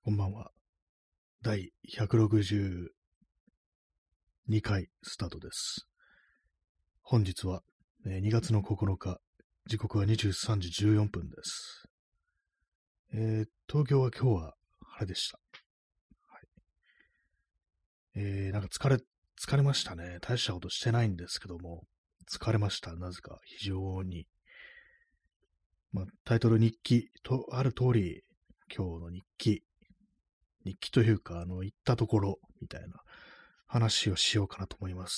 こんばんは。第162回スタートです。本日は2月の9日、時刻は23時14分です。東京は今日は晴れでした。はい、なんか疲れましたね。大したことしてないんですけども、疲れました。なぜか非常に。タイトル日記とある通り、今日の日記というか、行ったところみたいな話をしようかなと思います。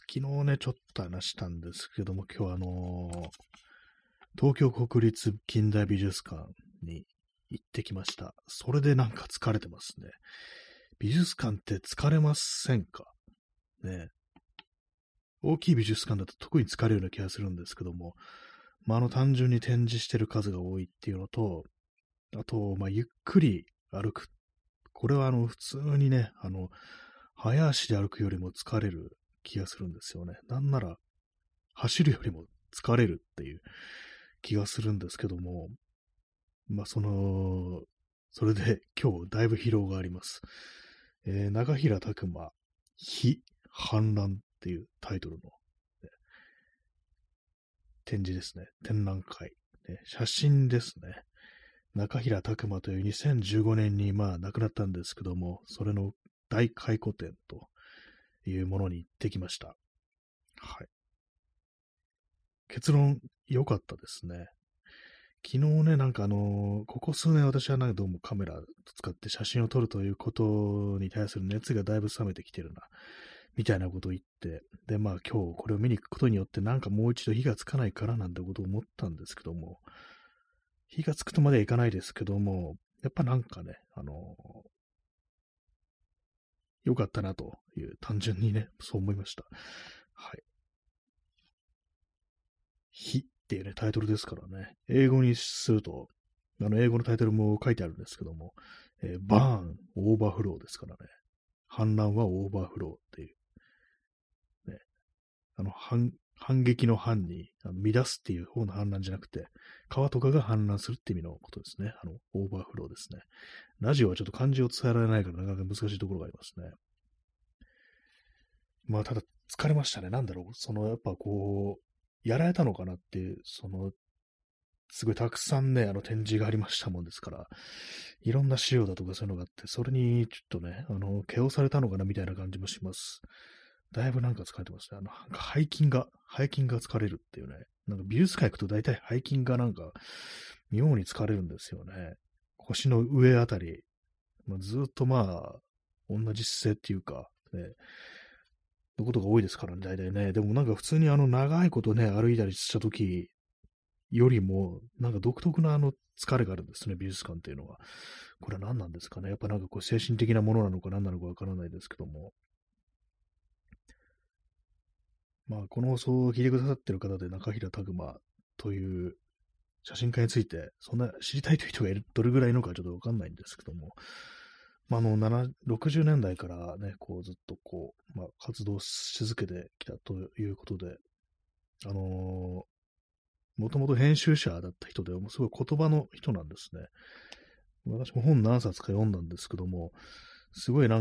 昨日ね、ちょっと話したんですけども、今日は東京国立近代美術館に行ってきました。それでなんか疲れてますね。美術館って疲れませんかね。大きい美術館だと特に疲れるような気がするんですけども、単純に展示してる数が多いっていうのと、あと、ゆっくり歩く。これは普通にね、早足で歩くよりも疲れる気がするんですよね。なんなら、走るよりも疲れるっていう気がするんですけども、それで今日だいぶ疲労があります。中平拓磨、非反乱っていうタイトルの、ね、展示ですね。展覧会、ね。写真ですね。中平拓磨という2015年に亡くなったんですけども、それの大回顧展というものに行ってきました。はい。結論、良かったですね。昨日ね、ここ数年私はどうもカメラ使って写真を撮るということに対する熱がだいぶ冷めてきてるな、みたいなことを言って、で、今日これを見に行くことによってもう一度火がつかないからなんてことを思ったんですけども、火がつくとまではいかないですけども、やっぱ良かったなという、単純にね、そう思いました。はい。火っていうね、タイトルですからね。英語にすると、英語のタイトルも書いてあるんですけども、バーン、オーバーフローですからね。反乱はオーバーフローっていう。ね。反撃の反に、乱すっていう方の反乱じゃなくて、川とかが氾濫するって意味のことですね。オーバーフローですね。ラジオはちょっと漢字を伝えられないからなかなか難しいところがありますね。ただ疲れましたね。やっぱやられたのかなっていう、すごいたくさんね、展示がありましたもんですから、いろんな資料だとかそういうのがあって、それにちょっとね、毛をされたのかなみたいな感じもします。だいぶ疲れてますね。背筋が疲れるっていうね。美術館行くと大体背筋が妙に疲れるんですよね。腰の上あたり、ずっと同じ姿勢っていうか、ね、のことが多いですからね、大体ね。でも普通に長いことね、歩いたりしたときよりも、独特な疲れがあるんですね、美術館っていうのは。これは何なんですかね。やっぱ精神的なものなのか何なのかわからないですけども。この放送を聞いてくださってる方で中平拓磨という写真家について、そんな知りたいという人がどれぐらいいるのかちょっとわかんないんですけども、60年代からね、ずっと活動し続けてきたということで、もともと編集者だった人で、すごい言葉の人なんですね。私も本何冊か読んだんですけども、すごい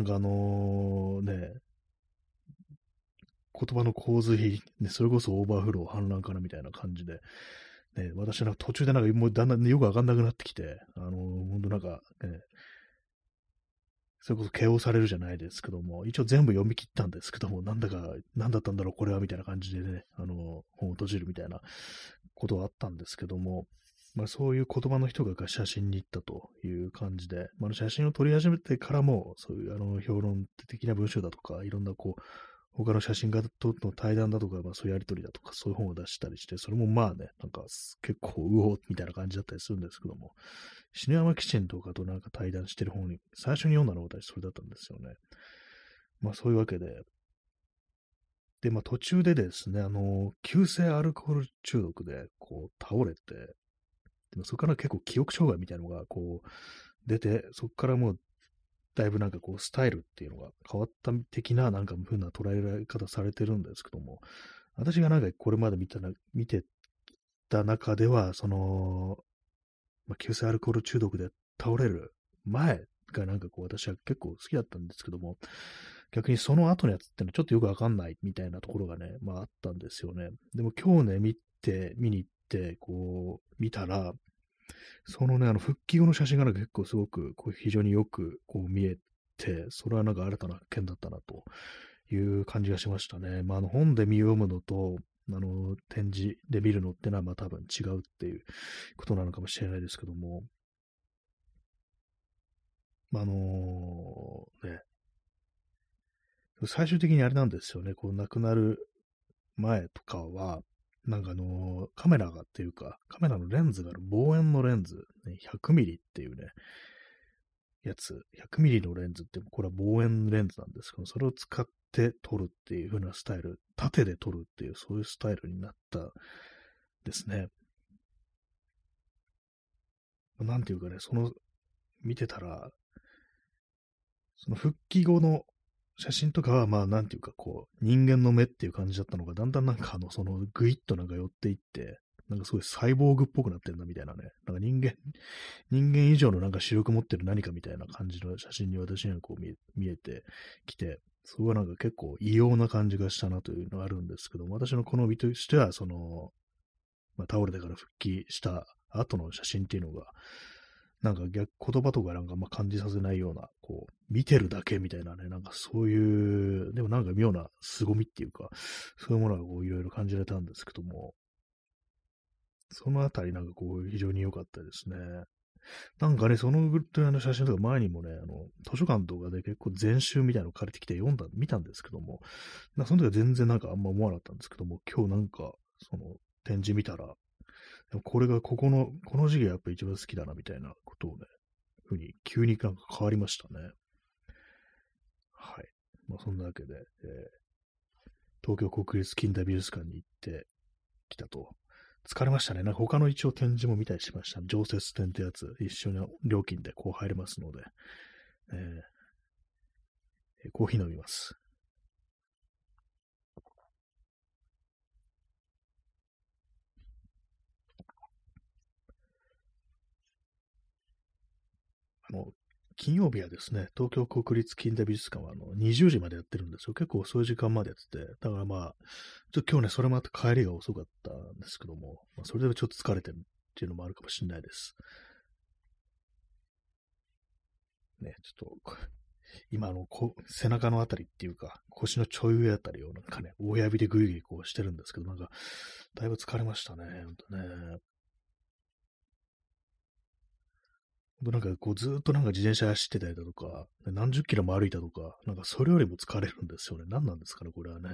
言葉の洪水、ね、それこそオーバーフロー、反乱からみたいな感じで、ね、私途中でもうだんだんよくわかんなくなってきて、本当ね、それこそ KO されるじゃないですけども、一応全部読み切ったんですけども、なんだったんだろう、これは、みたいな感じでね、本を閉じるみたいなことはあったんですけども、そういう言葉の人が写真に行ったという感じで、写真を撮り始めてからも、そういう評論的な文章だとか、いろんな他の写真家との対談だとか、そういうやりとりだとか、そういう本を出したりして、それも結構、うおーみたいな感じだったりするんですけども、篠山紀信とかと対談してる本に、最初に読んだのが私それだったんですよね。そういうわけで、で、途中でですね、急性アルコール中毒で、倒れて、でもそこから結構記憶障害みたいなのが、出て、そこからもう、だいぶスタイルっていうのが変わった的な風な捉えられ方されてるんですけども、私がこれまで見てた中では、急性アルコール中毒で倒れる前がなんかこう私は結構好きだったんですけども、逆にその後のやつってのはちょっとよくわかんないみたいなところがね、まああったんですよね。でも今日ね、見に行って、こう、見たら、そのね、復帰後の写真がなんか結構すごく、こう、非常によく、こう見えて、それはなんか新たな発見だったな、という感じがしましたね。まあ、本で読むのと、展示で見るのってのは、まあ多分違うっていうことなのかもしれないですけども、まあ、ね、最終的にあれなんですよね、こう、亡くなる前とかは、なんかカメラがっていうか、カメラのレンズがある望遠のレンズ、ね、100ミリっていうね、やつ、100ミリのレンズって、これは望遠レンズなんですけど、それを使って撮るっていう風なスタイル、縦で撮るっていう、そういうスタイルになったですね。なんていうかね、見てたら、その復帰後の写真とかは、まあ、なんていうか、こう、人間の目っていう感じだったのが、だんだんなんかぐいっとなんか寄っていって、なんかすごいサイボーグっぽくなってるんだみたいなね。なんか人間以上のなんか視力持ってる何かみたいな感じの写真に私にはこう見えてきて、そこはなんか結構異様な感じがしたなというのがあるんですけども、私の好みとしては、まあ、倒れてから復帰した後の写真っていうのが、なんか言葉とかなんかあんま感じさせないような、こう、見てるだけみたいなね、なんかそういう、でもなんか妙な凄みっていうか、そういうものがこういろいろ感じられたんですけども、そのあたりなんかこう非常に良かったですね。なんかね、そのぐらいの写真とか前にもね、図書館とかで結構全集みたいなの借りてきて見たんですけども、その時は全然なんかあんま思わなかったんですけども、今日なんか、展示見たら、でもこれがこの時期がやっぱ一番好きだなみたいなことをね、急になんか変わりましたね。はい。まあそんなわけで、東京国立近代美術館に行ってきたと。疲れましたね。なんか他の一応展示も見たりしました。常設展ってやつ、一緒の料金でこう入れますので、コーヒー飲みます。金曜日はですね、東京国立近代美術館は20時までやってるんですよ。結構遅い時間までやってて、だからまあ、ちょっと今日ね、それもあって帰りが遅かったんですけども、まあ、それでちょっと疲れてるっていうのもあるかもしれないです。ね、ちょっと、今背中のあたりっていうか、腰のちょい上あたりをなんかね、親指でグイグイこうしてるんですけど、なんか、だいぶ疲れましたね、ほんとね。なんかこうずーっとなんか自転車走ってたりだとか、何十キロも歩いたとか、なんかそれよりも疲れるんですよね。何なんですかね、これはね。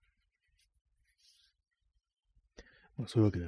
まあ、そういうわけで、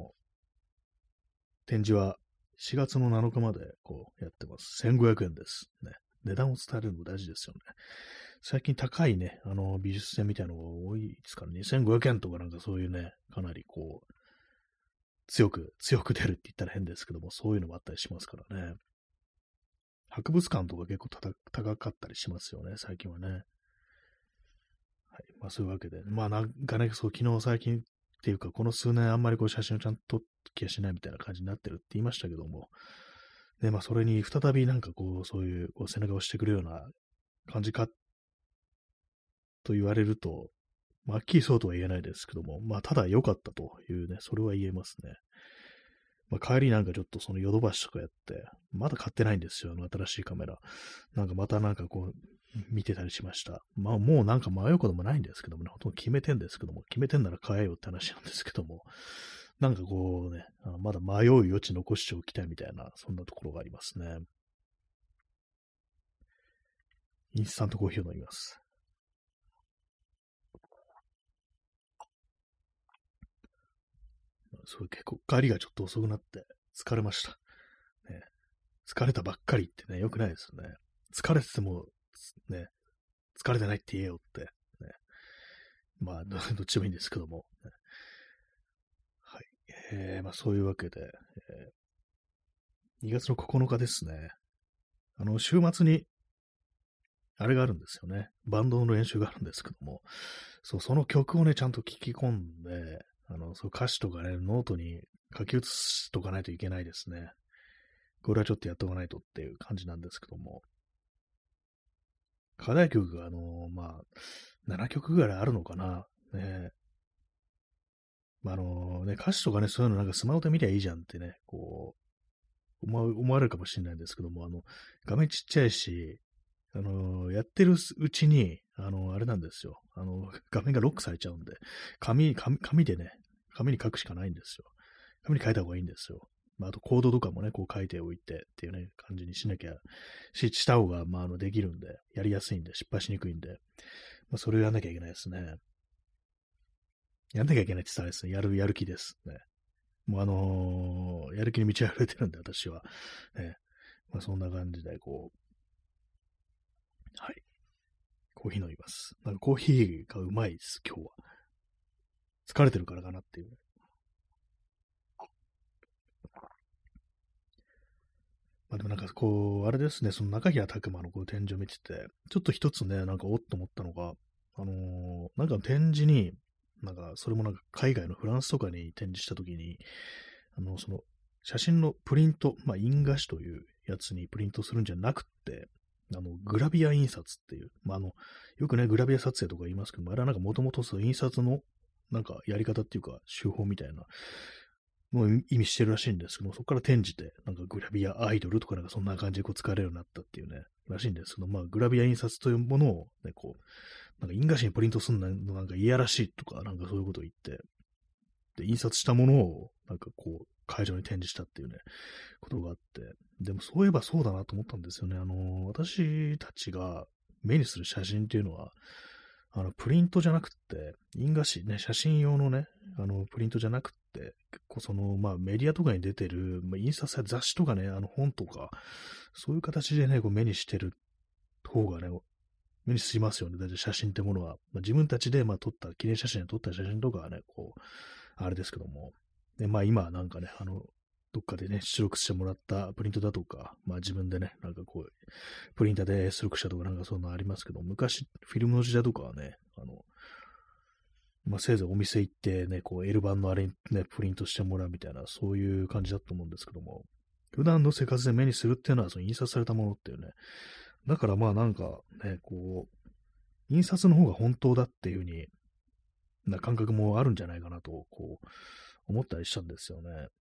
展示は4月の7日までこうやってます。1500円です。ね。値段を伝えるのも大事ですよね。最近高いね、美術展みたいなのが多いですから、2500円とかなんかそういうね、かなりこう、強く出るって言ったら変ですけども、そういうのもあったりしますからね。博物館とか結構高かったりしますよね、最近はね。はい。まあそういうわけで、まあなんかね、そう、昨日最近っていうか、この数年あんまりこう写真をちゃんと撮っ気がしないみたいな感じになってるって言いましたけども、で、まあそれに再びなんかこう、そういうこう背中を押してくれるような感じかと言われると、まあ、はっきりそうとは言えないですけども、まあただ良かったというね、それは言えますね。まあ、帰りなんかちょっとそのヨドバシとかやって、まだ買ってないんですよ、新しいカメラ。なんかまたなんかこう、見てたりしました。まあもうなんか迷うこともないんですけどもね、ほとんど決めてんですけども、決めてんなら買えよって話なんですけども、なんかこうね、まだ迷う余地残しておきたいみたいな、そんなところがありますね。インスタントコーヒーを飲みます。そう結構帰りがちょっと遅くなって疲れました。ね、疲れたばっかりってね、良くないですよね。疲れてても、ね、疲れてないって言えよって、ね。まあ、どっちでもいいんですけども。ね、はい。まあそういうわけで、2月の9日ですね。週末に、あれがあるんですよね。バンドの練習があるんですけども、そう、その曲をね、ちゃんと聞き込んで、そう歌詞とかね、ノートに書き写しとかないといけないですね。これはちょっとやっておかないとっていう感じなんですけども。 課題曲が、7曲ぐらいあるのかな。ね、歌詞とかね、そういうのなんかスマホで見りゃいいじゃんってね、思われるかもしれないんですけども、画面ちっちゃいし、やってるうちに、あれなんですよ。画面がロックされちゃうんで、紙でね、紙に書くしかないんですよ。紙に書いた方がいいんですよ。あと、コードとかもね、書いておいてっていうね、感じにした方が、できるんで、やりやすいんで、失敗しにくいんで、それをやんなきゃいけないですね。やんなきゃいけないって言ったらですね、やる気ですね。もうやる気に満ち溢れてるんで、私は。ね、そんな感じで、はい。コーヒー飲みます。なんかコーヒーがうまいです、今日は。疲れてるからかなっていう。でもなんかあれですね、その中平拓磨の展示を見てて、ちょっと一つね、なんかおっと思ったのが、なんか展示に、なんかそれもなんか海外のフランスとかに展示したときに、その写真のプリント、印画紙というやつにプリントするんじゃなくって、グラビア印刷っていう、よくね、グラビア撮影とか言いますけど、あれはなんかもともと印刷のなんかやり方っていうか、手法みたいなのを意味してるらしいんですけども、そこから転じて、なんかグラビアアイドルとかなんかそんな感じで使われるようになったっていうね、らしいんですけど、グラビア印刷というものをね、なんか印画紙にプリントするのなんか嫌らしいとか、なんかそういうことを言って、で、印刷したものを、なんか会場に展示したっていうね、ことがあって、でもそういえばそうだなと思ったんですよね。私たちが目にする写真っていうのは、プリントじゃなくって、印画紙ね、写真用のね、プリントじゃなくって、結構メディアとかに出てる、印刷され雑誌とかね、本とか、そういう形でね、目にしてる方がね、目にしますよね。だって写真ってものは。自分たちで、撮った、記念写真で撮った写真とかはね、あれですけども。で、今はなんかね、どっかでね、出力してもらったプリントだとか、自分でね、なんかプリンターで出力したとかなんかそんなのありますけど、昔、フィルムの時代とかはね、せいぜいお店行ってね、L 版のあれにね、プリントしてもらうみたいな、そういう感じだと思うんですけども、普段の生活で目にするっていうのは、その印刷されたものっていうね、だからなんかね、印刷の方が本当だっていう風にな感覚もあるんじゃないかなと、思ったりしたんですよね。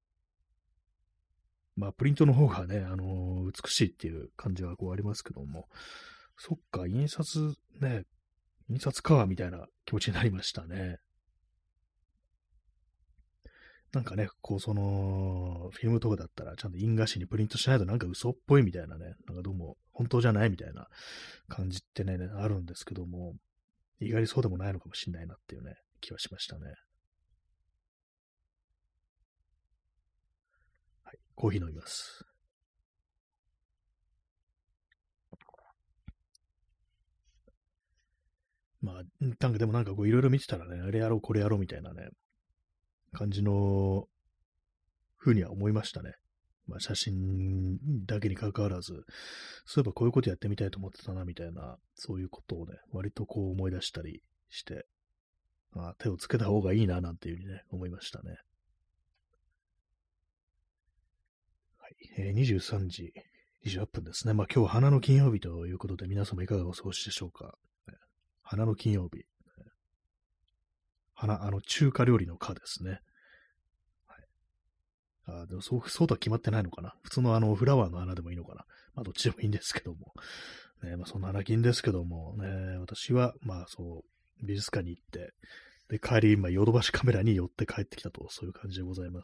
プリントの方がね、美しいっていう感じはありますけども、そっか、印刷か、みたいな気持ちになりましたね。なんかね、フィルムとかだったら、ちゃんと印画紙にプリントしないとなんか嘘っぽいみたいなね、なんかどうも本当じゃないみたいな感じってね、あるんですけども、意外にそうでもないのかもしれないなっていうね、気はしましたね。はい、コーヒー飲みます。なんかでもなんかいろいろ見てたらね、あれやろう、これやろうみたいなね、感じの風には思いましたね。写真だけに関わらず、そういえばこういうことやってみたいと思ってたな、みたいな、そういうことをね、割と思い出したりして、手をつけた方がいいな、なんていうふうにね、思いましたね。はい、23時28分ですね。今日は花の金曜日ということで、皆様いかがお過ごしでしょうか。花の金曜日。中華料理の花ですね。でもそうとは決まってないのかな。普通のフラワーの花でもいいのかな。どっちでもいいんですけども。ね、そんな花金ですけども、ね、私は、美術館に行って、で、帰り、ヨドバシカメラに寄って帰ってきたと、そういう感じでございます。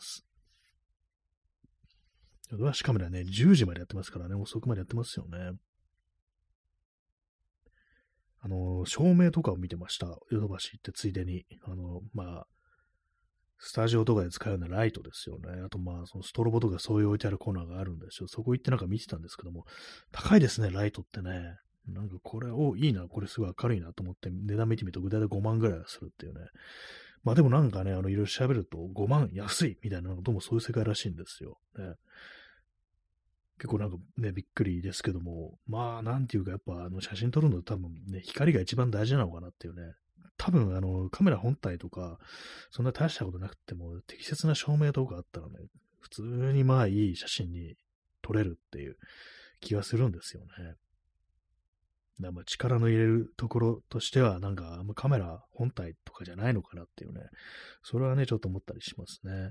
ヨドバシカメラね、10時までやってますからね、遅くまでやってますよね。照明とかを見てました。ヨドバシ行ってついでに。スタジオとかで使うようなライトですよね。あとそのストロボとかそういう置いてあるコーナーがあるんですよ。そこ行ってなんか見てたんですけども、高いですね、ライトってね。なんかこれ、いいな、これすごい明るいなと思って値段見てみると具体で5万ぐらいはするっていうね。でもなんかね、いろいろ調べると5万安いみたいな、どうもそういう世界らしいんですよ。ね、結構なんかね、びっくりですけども、なんていうかやっぱ写真撮るの多分ね、光が一番大事なのかなっていうね。多分カメラ本体とか、そんな大したことなくても、適切な照明とかあったらね、普通にいい写真に撮れるっていう気がするんですよね。 まあ力の入れるところとしては、なんかあんまカメラ本体とかじゃないのかなっていうね、それはね、ちょっと思ったりしますね。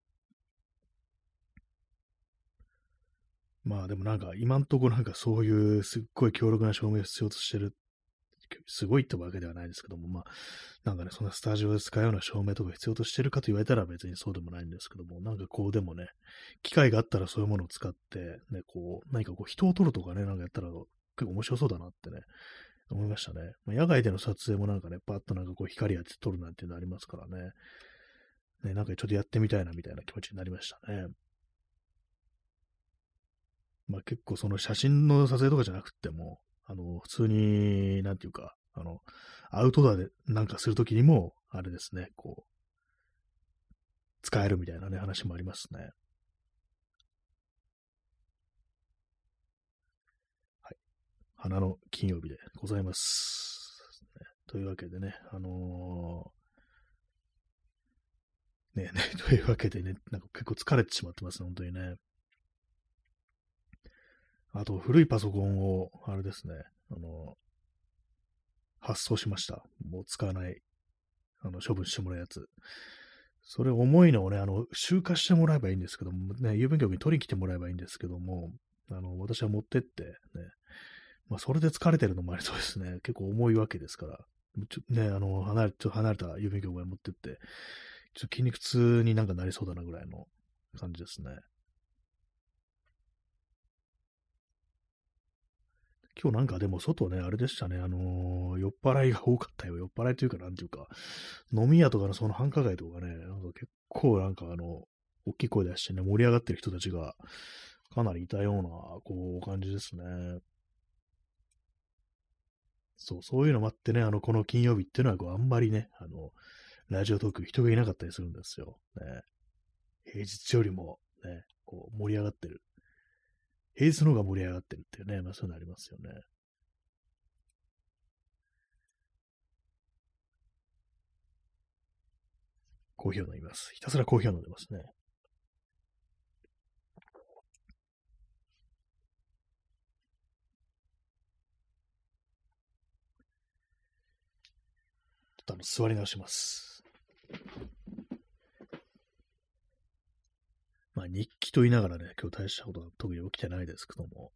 まあでもなんか今んとこなんかそういうすっごい強力な照明を必要としてる、すごいってわけではないですけども、まあなんかね、そんなスタジオで使うような照明とか必要としてるかと言われたら別にそうでもないんですけども、なんかこうでもね、機会があったらそういうものを使って、ね、こう、何かこう人を撮るとかね、なんかやったら結構面白そうだなってね、思いましたね。まあ、野外での撮影もなんかね、パッとなんかこう光当てて撮るなんていうのありますからね。ね、なんかちょっとやってみたいなみたいな気持ちになりましたね。まあ結構その写真の撮影とかじゃなくても、普通に、なんていうか、アウトドアでなんかするときにも、あれですね、こう、使えるみたいなね、話もありますね。はい。花の金曜日でございます。ね、というわけでね、ね、というわけでね、なんか結構疲れてしまってますね、本当にね。あと、古いパソコンを、あれですね、発送しました。もう使わない、処分してもらうやつ。それ重いのをね、集荷してもらえばいいんですけども、ね、郵便局に取りに来てもらえばいいんですけども、私は持ってって、ね、まあ、それで疲れてるのもありそうですね。結構重いわけですから、ね、ちょっと離れた郵便局まで持ってって、ちょっと筋肉痛になんかなりそうだなぐらいの感じですね。今日なんかでも外ね、あれでしたね、酔っ払いが多かったよ。酔っ払いというか、なんていうか、飲み屋とかのその繁華街とかね、なんか結構なんか大きい声出してね、盛り上がってる人たちがかなりいたような、こう、感じですね。そう、そういうのもあってね、この金曜日っていうのは、こう、あんまりね、ラジオトーク人がいなかったりするんですよ。ね、平日よりも、ね、こう、盛り上がってる。平日の方が盛り上がってるっていうね、まあそういうのありますよね。コーヒーを飲みます。ひたすらコーヒーを飲んでますね。ちょっと座り直します。まあ日記と言いながらね、今日大したことは特に起きてないですけども、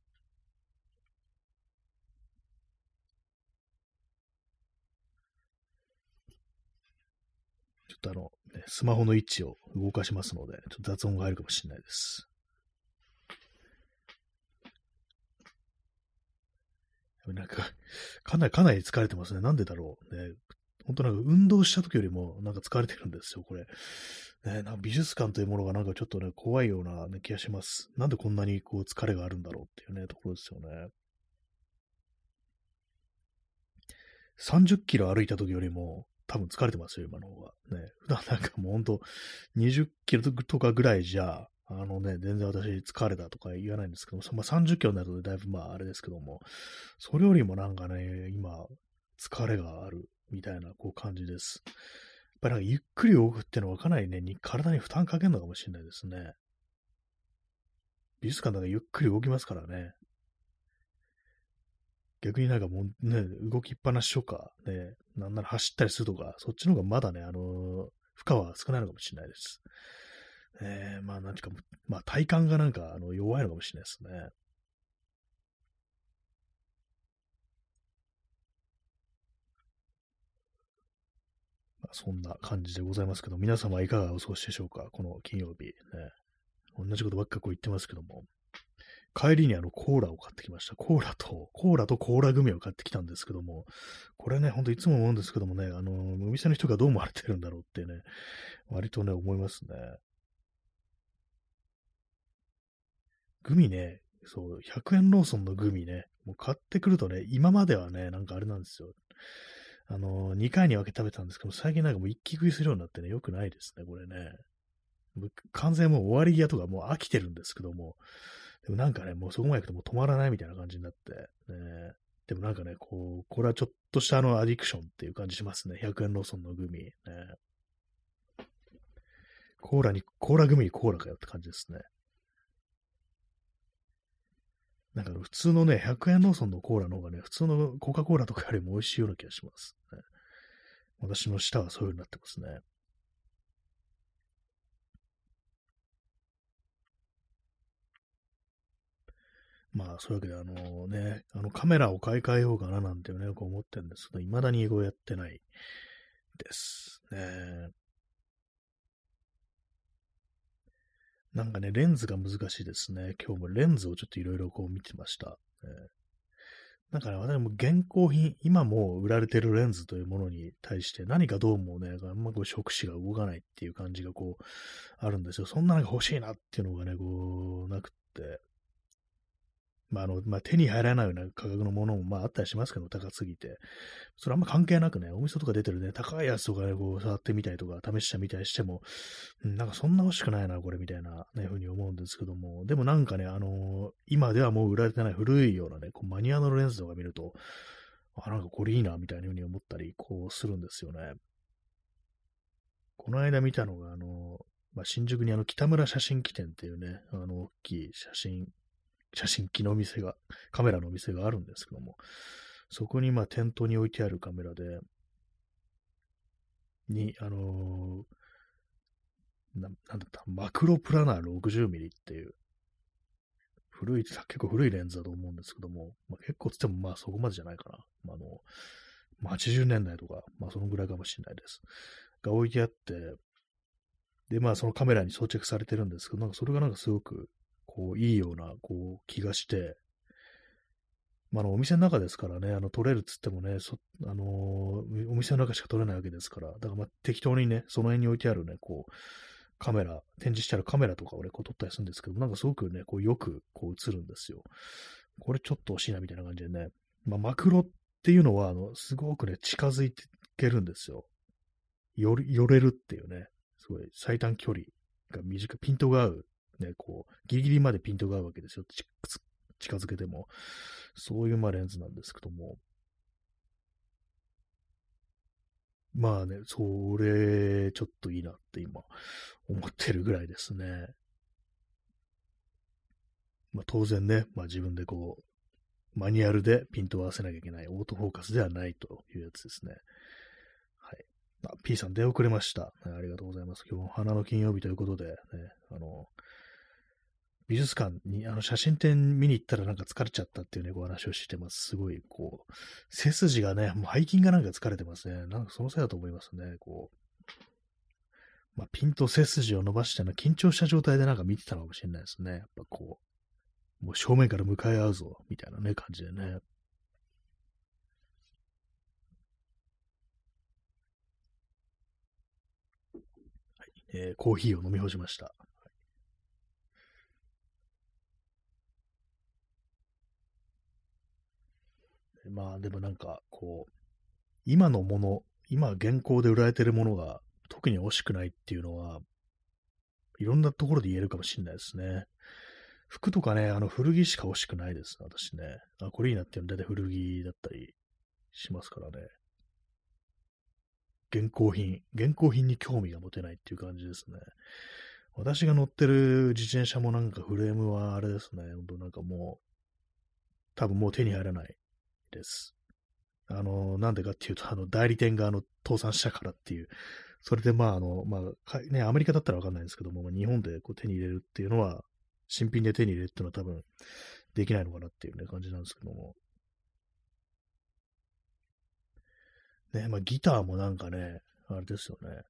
ちょっとね、スマホの位置を動かしますので、ちょっと雑音が入るかもしれないです。なんか、かなり疲れてますね。なんでだろう。ね、本当なんか運動した時よりもなんか疲れてるんですよ、これ。ね、なんか美術館というものがなんかちょっとね、怖いような、ね、気がします。なんでこんなにこう疲れがあるんだろうっていうね、ところですよね。30キロ歩いた時よりも多分疲れてますよ、今の方が。ね、普段なんかもうほんと20キロとかぐらいじゃ、全然私疲れたとか言わないんですけども、まあ、30キロになるとだいぶまああれですけども、それよりもなんかね、今、疲れがあるみたいなこう感じです。やっぱりなんかゆっくり動くっていうのはかなりね、体に負担かけるのかもしれないですね。美術館なんかゆっくり動きますからね。逆になんかもうね、動きっぱなしとか、ね、なんなら走ったりするとか、そっちの方がまだね、負荷は少ないのかもしれないです。まあ、なんていうか、まあ、体感がなんか、弱いのかもしれないですね。まあ、そんな感じでございますけど、皆様いかがお過ごしでしょうか、この金曜日。ね、同じことばっかこう言ってますけども、帰りにコーラを買ってきました。コーラとコーラグミを買ってきたんですけども、これね、ほんといつも思うんですけどもね、お店の人がどう思われてるんだろうってね、割とね、思いますね。グミね、そう、100円ローソンのグミね、もう買ってくるとね、今まではね、なんかあれなんですよ。2回に分け食べたんですけど、最近なんかもう一気食いするようになってね、良くないですね、これね。完全もう終わり際とかもう飽きてるんですけども、でもなんかね、もうそこまで行くともう止まらないみたいな感じになって、ね、でもなんかね、こう、これはちょっとしたアディクションっていう感じしますね。100円ローソンのグミ。ね、コーラグミにコーラかよって感じですね。 なんか普通のね、100円ローソンのコーラの方がね、普通のコカ・コーラとかよりも美味しいような気がします、ね。私の舌はそういう風になってますね。まあ、そういうわけで、カメラを買い替えようかななんてね、こう思ってるんですけど、未だに英語やってないですね。なんかね、レンズが難しいですね。今日もレンズをちょっといろいろこう見てました。なんかね、私も現行品、今もう売られてるレンズというものに対して何かどうもね、あんまこう触手が動かないっていう感じがこうあるんですよ。そんなのが欲しいなっていうのがね、こうなくって、手に入らないような価格のものもあったりしますけど、高すぎて。それあんま関係なくね、お店とか出てるね、高いやつとかね、こう触ってみたりとか、試してみたりしても、なんかそんな欲しくないな、これみたいなね、ふうに思うんですけども、でもなんかね、今ではもう売られてない古いようなね、こうマニュアルレンズとか見ると、なんかこれいいな、みたいな風に思ったり、こうするんですよね。この間見たのが、新宿に北村写真機店っていうね、大きい写真機のお店が、カメラのお店があるんですけども、そこに店頭に置いてあるカメラで、に、なんだった、マクロプラナー 60mm っていう、結構古いレンズだと思うんですけども、結構つってもそこまでじゃないかな。80年代とか、そのぐらいかもしれないです。が置いてあって、で、そのカメラに装着されてるんですけど、なんかそれがなんかすごく、こう、いいような、こう、気がして、お店の中ですからね、撮れるっつってもね、お店の中しか撮れないわけですから、だから適当にね、その辺に置いてあるね、こう、展示してあるカメラとかをね、こう撮ったりするんですけど、なんかすごくね、こうよくこう映るんですよ。これちょっと惜しいなみたいな感じでね、マクロっていうのは、すごくね、近づいていけるんですよ。寄れるっていうね、すごい最短距離が短く、ピントが合う。ね、こう、ギリギリまでピントが合うわけですよ。近づけても。そういうレンズなんですけども。それ、ちょっといいなって今、思ってるぐらいですね。当然ね、自分でこう、マニュアルでピントを合わせなきゃいけない、オートフォーカスではないというやつですね。はい。P さん出遅れました。ありがとうございます。今日も花の金曜日ということで、ね、美術館に、写真展見に行ったらなんか疲れちゃったっていうね、お話をしてます。すごい、こう、背筋がね、もう背筋がなんか疲れてますね。なんかそのせいだと思いますね。こう、ピンと背筋を伸ばして緊張した状態でなんか見てたのかもしれないですね。やっぱこう、もう正面から向かい合うぞ、みたいなね、感じでね。コーヒーを飲み干しました。でもなんか、こう、今のもの、今現行で売られてるものが特に惜しくないっていうのは、いろんなところで言えるかもしれないですね。服とかね、古着しか欲しくないです、私ね。これいいなっていうのは大体古着だったりしますからね。現行品に興味が持てないっていう感じですね。私が乗ってる自転車もなんかフレームはあれですね。ほんとなんかもう、多分もう手に入らないです。なんでかっていうと、代理店が倒産したからっていう、それでアメリカだったらわかんないですけども、日本でこう手に入れるっていうのは、新品で手に入れるっていうのは多分できないのかなっていうね、感じなんですけども。ね、ギターもなんかね、あれですよね。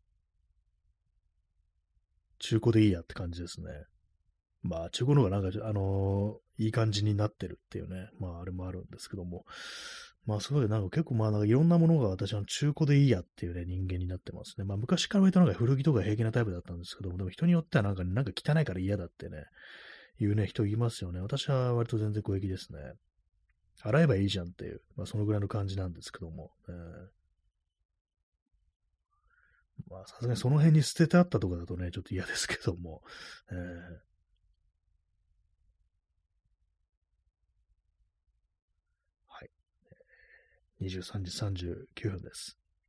中古でいいやって感じですね。中古の方がなんか、いい感じになってるっていうね、あれもあるんですけども。そういうなんか結構なんかいろんなものが私は中古でいいやっていうね、人間になってますね。昔から割となんか古着とか平気なタイプだったんですけども、でも人によってはなんか汚いから嫌だってね、いうね、人いますよね。私は割と全然小粋ですね。洗えばいいじゃんっていう、そのぐらいの感じなんですけども。さすがにその辺に捨ててあったとかだとね、ちょっと嫌ですけども。はい。23時39分です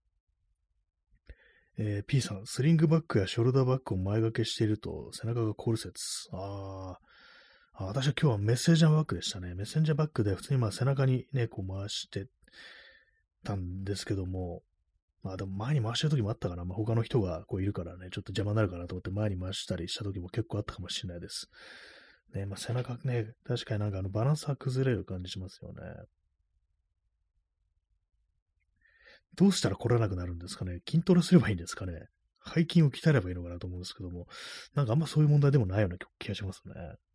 。P さん、スリングバッグやショルダーバッグを前掛けしていると背中がコルセツ。 私は今日はメッセンジャーバックでしたね。メッセンジャーバックで普通に背中にね、こう回してたんですけども、でも前に回してる時もあったかな。他の人がこういるからね、ちょっと邪魔になるかなと思って前に回したりした時も結構あったかもしれないです。ね、背中ね、確かになんかバランスが崩れる感じしますよね。どうしたら来れなくなるんですかね。筋トレすればいいんですかね。背筋を鍛えればいいのかなと思うんですけども、なんかあんまそういう問題でもないような気がしますね。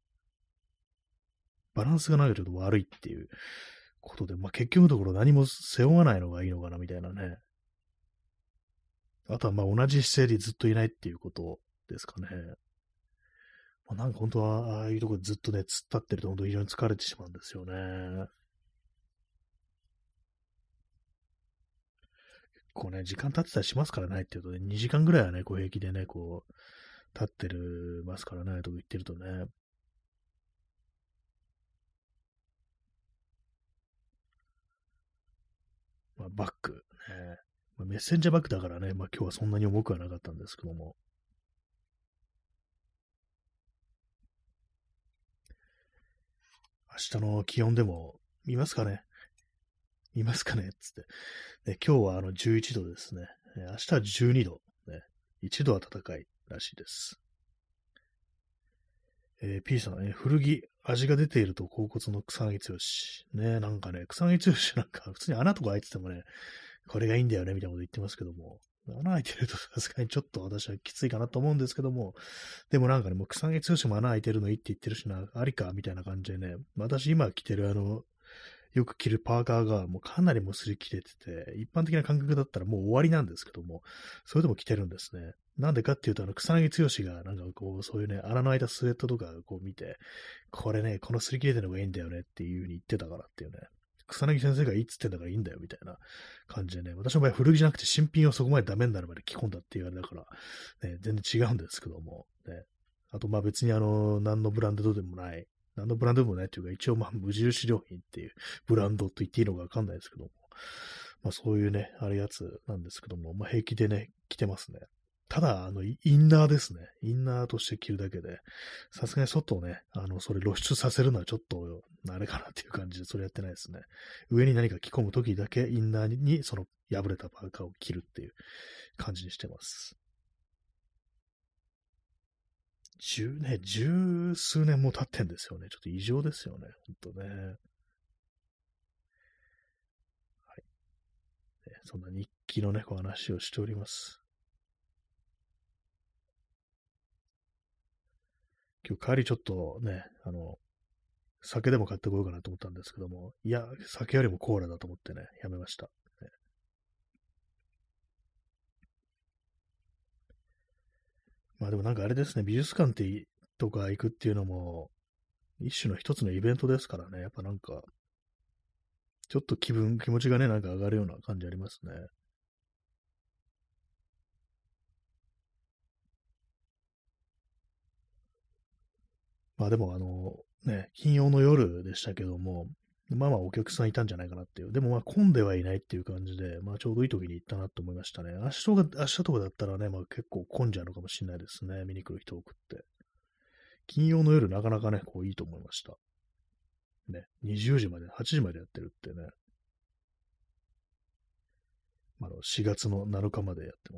バランスがなんかちょっと悪いっていうことで、結局のところ何も背負わないのがいいのかなみたいなね。あとは同じ姿勢でずっといないっていうことですかね。なんか本当は、ああいうところでずっとね、突っ立ってると本当に非常に疲れてしまうんですよね。こうね、時間経ってたりしますからね、っていうとね、2時間ぐらいはね、こう平気でね、こう、立ってるますからね、とか言ってるとね。バック、ね。メッセンジャーバックだからね、今日はそんなに重くはなかったんですけども。明日の気温でも見ますかね見ますかねつって。今日は11度ですね。明日は12度。ね、1度は暖かいらしいです。P さん、古着、味が出ていると甲骨の草薙剛。ね、なんかね、草薙剛なんか普通に穴とか開いててもね、これがいいんだよね、みたいなこと言ってますけども、穴開いてるとさすがにちょっと私はきついかなと思うんですけども、でもなんかね、もう草薙剛も穴開いてるのいいって言ってるしな、ありか、みたいな感じでね、私今着てるよく着るパーカーがもうかなりもう擦り切れてて、一般的な感覚だったらもう終わりなんですけども、それでも着てるんですね。なんでかっていうと、草薙剛がなんかこう、そういうね、穴の開いたスウェットとかこう見て、これね、この擦り切れてるのがいいんだよねっていう風に言ってたからっていうね、草薙先生がいいっつってんだからいいんだよみたいな感じでね、私の場合古着じゃなくて新品をそこまでダメになるまで着込んだって言われたから、ね、全然違うんですけども、ね。あと別に何のブランドでもない、何のブランドでもないっていうか、一応無印良品っていうブランドと言っていいのかわかんないですけども、そういうね、あるやつなんですけども、平気でね、着てますね。ただ、インナーですね。インナーとして着るだけで、さすがに外をね、それ露出させるのはちょっと、あれかなっていう感じで、それやってないですね。上に何か着込むときだけ、インナーに、その破れたパーカーを着るっていう感じにしてます。十数年も経ってんですよね。ちょっと異常ですよね。ほんとね。はい。そんな日記のね、お話をしております。今日帰りちょっとね、酒でも買ってこようかなと思ったんですけども、いや、酒よりもコーラだと思ってね、やめました。ね、でもなんかあれですね、美術館とか行くっていうのも、一種の一つのイベントですからね、やっぱなんか、ちょっと気持ちがね、なんか上がるような感じありますね。でも金曜の夜でしたけども、お客さんいたんじゃないかなっていう。でも混んではいないっていう感じで、ちょうどいい時に行ったなと思いましたね。明日とかだったらね、結構混んじゃうのかもしれないですね。見に来る人多くって。金曜の夜なかなかね、こういいと思いました。ね、20時まで、8時までやってるってね。4月の7日までやってます。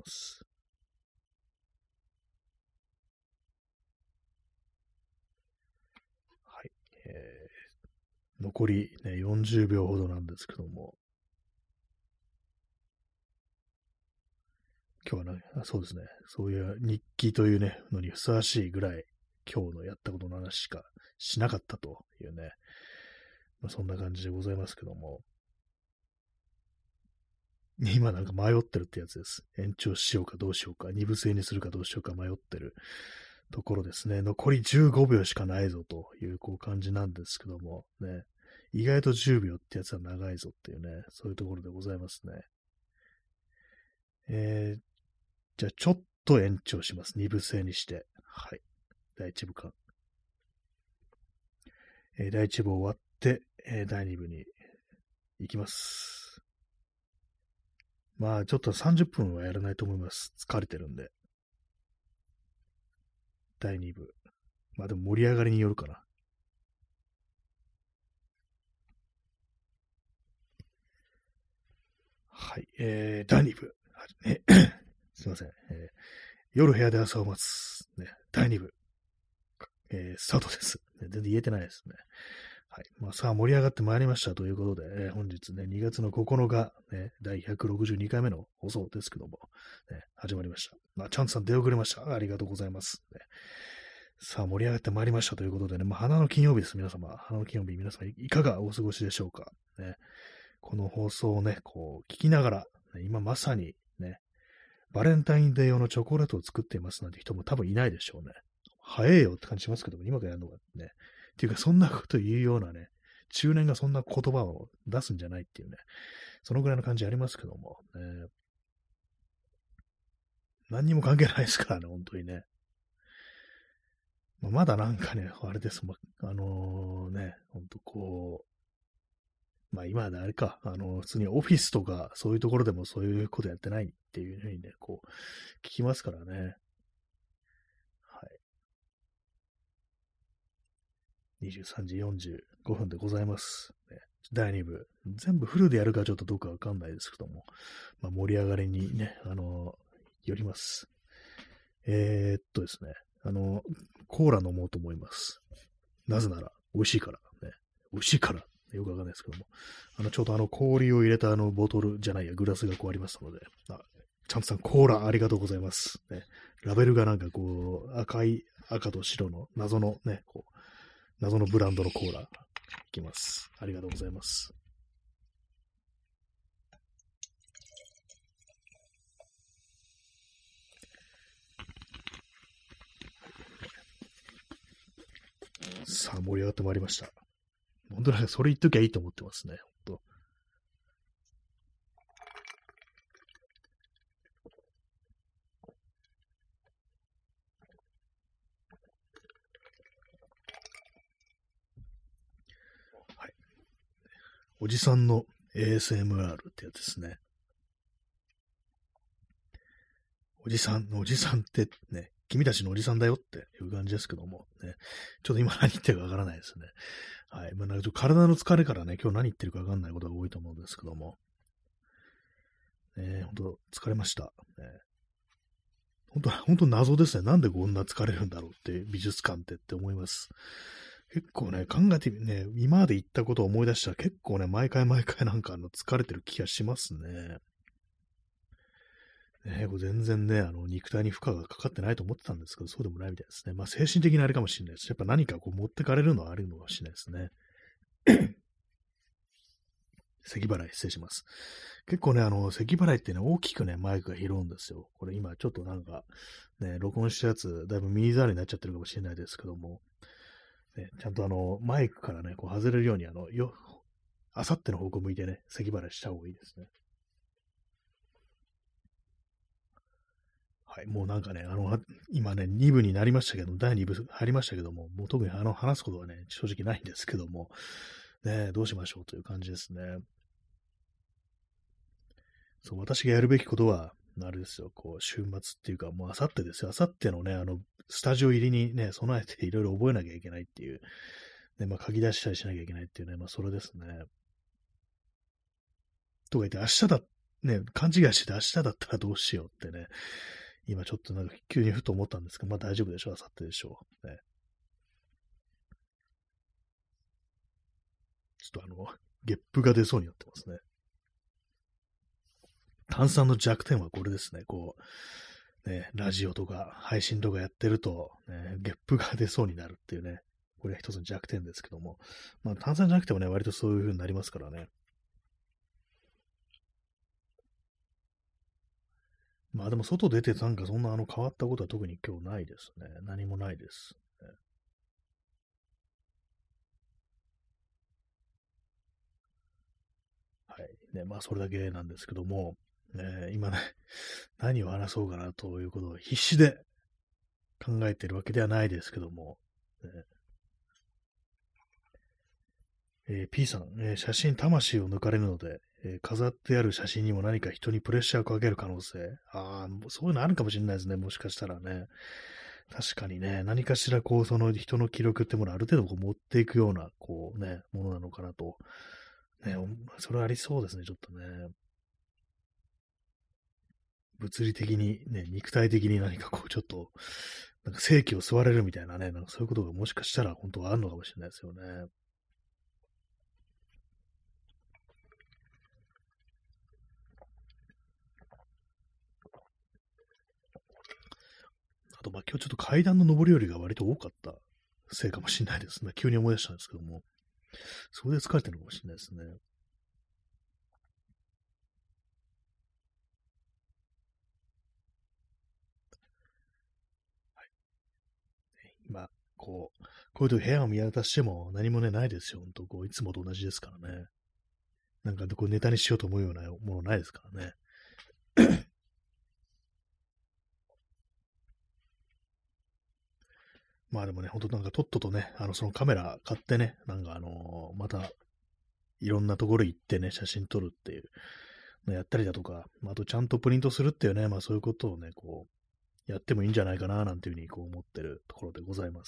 はい。残りね、40秒ほどなんですけども、今日はね、そうですね、そういう日記というね、のにふさわしいぐらい、今日のやったことの話しかしなかったというね、そんな感じでございますけども、今なんか迷ってるってやつです。延長しようかどうしようか、二部制にするかどうしようか迷ってるところですね。残り15秒しかないぞというこう感じなんですけども、ね、意外と10秒ってやつは長いぞっていうね、そういうところでございますね。えー、じゃあちょっと延長します。二部制にして。はい。第一部か。第一部終わって、第二部に行きます。ちょっと30分はやらないと思います。疲れてるんで。第2部。でも盛り上がりによるかな。 はい、第2部。すいません。夜部屋で朝を待つ。ね、第2部。スタートです。ね、全然言えてないですね。はい。まあ、さあ、盛り上がってまいりましたということで、本日ね、2月の9日、ね、第162回目の放送ですけども、ね、始まりました。まあ、チャンツさん出遅れました。ありがとうございます。ね、さあ、盛り上がってまいりましたということでね、まあ、花の金曜日です。皆様。花の金曜日、皆様いかがお過ごしでしょうか。ね、この放送をね、こう、聞きながら、ね、今まさにね、バレンタインデー用のチョコレートを作っていますなんて人も多分いないでしょうね。早えよって感じしますけども、今からやるのがね。っていうか、そんなこと言うようなね、中年がそんな言葉を出すんじゃないっていうね、そのぐらいの感じありますけども、ね、何にも関係ないですからね、本当にね。まだなんかね、あれです、ね、本当こう、まあ今はあれか、普通にオフィスとかそういうところでもそういうことやってないっていうふうにね、こう、聞きますからね。はい。23時45分でございます。ね、第2部。全部フルでやるかちょっとどうかわかんないですけども、まあ、盛り上がりにね、よります。ですね、コーラ飲もうと思います。なぜなら、美味しいから、ね。美味しいから、よくわかんないですけども。ちょうど氷を入れたボトルじゃないや、グラスがこうありますので、ちゃんとさん、コーラありがとうございます。ね、ラベルがなんかこう、赤と白の謎のね、こう、謎のブランドのコーラ、いきます。ありがとうございます。さあ、盛り上がってまいりました。本当にそれ言っときゃいいと思ってますね。本当はい。おじさんの ASMR ってやつですね。おじさんってね、君たちのおじさんだよっていう感じですけども、ね、ちょっと今何言ってるかわからないですね。はい。まあ、なんかちょっと体の疲れからね、今日何言ってるかわかんないことが多いと思うんですけども、本当疲れました。ね、本当謎ですね。なんでこんな疲れるんだろうって美術館って思います。結構ね、考えてみね、今まで言ったことを思い出したら結構ね、毎回なんか疲れてる気がしますね。ね、これ全然ね、肉体に負荷がかかってないと思ってたんですけど、そうでもないみたいですね。まあ、精神的なあれかもしれないです。やっぱ何かこう持ってかれるのはあるのかもしれないですね。咳払い失礼します。結構ね、咳払いってね、大きくね、マイクが拾うんですよ。これ今ちょっとなんか、ね、録音したやつ、だいぶ耳障りになっちゃってるかもしれないですけども、ね、ちゃんとマイクからね、こう外れるように、あさっての方向向いてね、咳払いした方がいいですね。はい、もうなんかね、今ね、2部になりましたけど、第2部入りましたけども、もう特に話すことはね、正直ないんですけども、ね、どうしましょうという感じですね。そう、私がやるべきことは、あれですよ、こう、週末っていうか、もうあさってですよ、あさってのね、スタジオ入りにね、備えていろいろ覚えなきゃいけないっていう、ね、まあ、書き出したりしなきゃいけないっていうね、まあ、それですね。とか言って、明日だ、ね、勘違いして明日だったらどうしようってね、今ちょっとなんか急にふと思ったんですけど、まあ大丈夫でしょう、あさってでしょう。ね、ちょっとゲップが出そうになってますね。炭酸の弱点はこれですね。こう、ね、ラジオとか配信とかやってると、ね、ゲップが出そうになるっていうね、これが一つの弱点ですけども、まあ炭酸じゃなくてもね、割とそういう風になりますからね。まあでも外出てなんかそんな変わったことは特に今日ないですね。何もないです。ね、はい。ね、まあそれだけなんですけども、今ね、何を話そうかなということを必死で考えてるわけではないですけども、ね、P さん、写真魂を抜かれるので、飾ってある写真にも何か人にプレッシャーをかける可能性。ああ、そういうのあるかもしれないですね。もしかしたらね。確かにね、何かしらこう、その人の記録ってものをある程度こう持っていくような、こうね、ものなのかなと。ね、それはありそうですね、ちょっとね。 物理的にね、肉体的に何かこう、ちょっと、なんか正気を吸われるみたいなね、なんかそういうことがもしかしたら本当はあるのかもしれないですよね。あと、まあ今日ちょっと階段の上り下りが割と多かったせいかもしれないですね。急に思い出したんですけども。それで疲れてるのかもしれないですね。今、こういうと部屋を見渡しても何もね、ないですよ。本当こう、いつもと同じですからね。なんかこうネタにしようと思うようなものないですからね。まあでもね、ほんとなんかとっととね、そのカメラ買ってね、なんかまたいろんなところ行ってね、写真撮るっていうのやったりだとか、まあ、あとちゃんとプリントするっていうね、まあそういうことをね、こう、やってもいいんじゃないかな、なんていうふうにこう思ってるところでございます。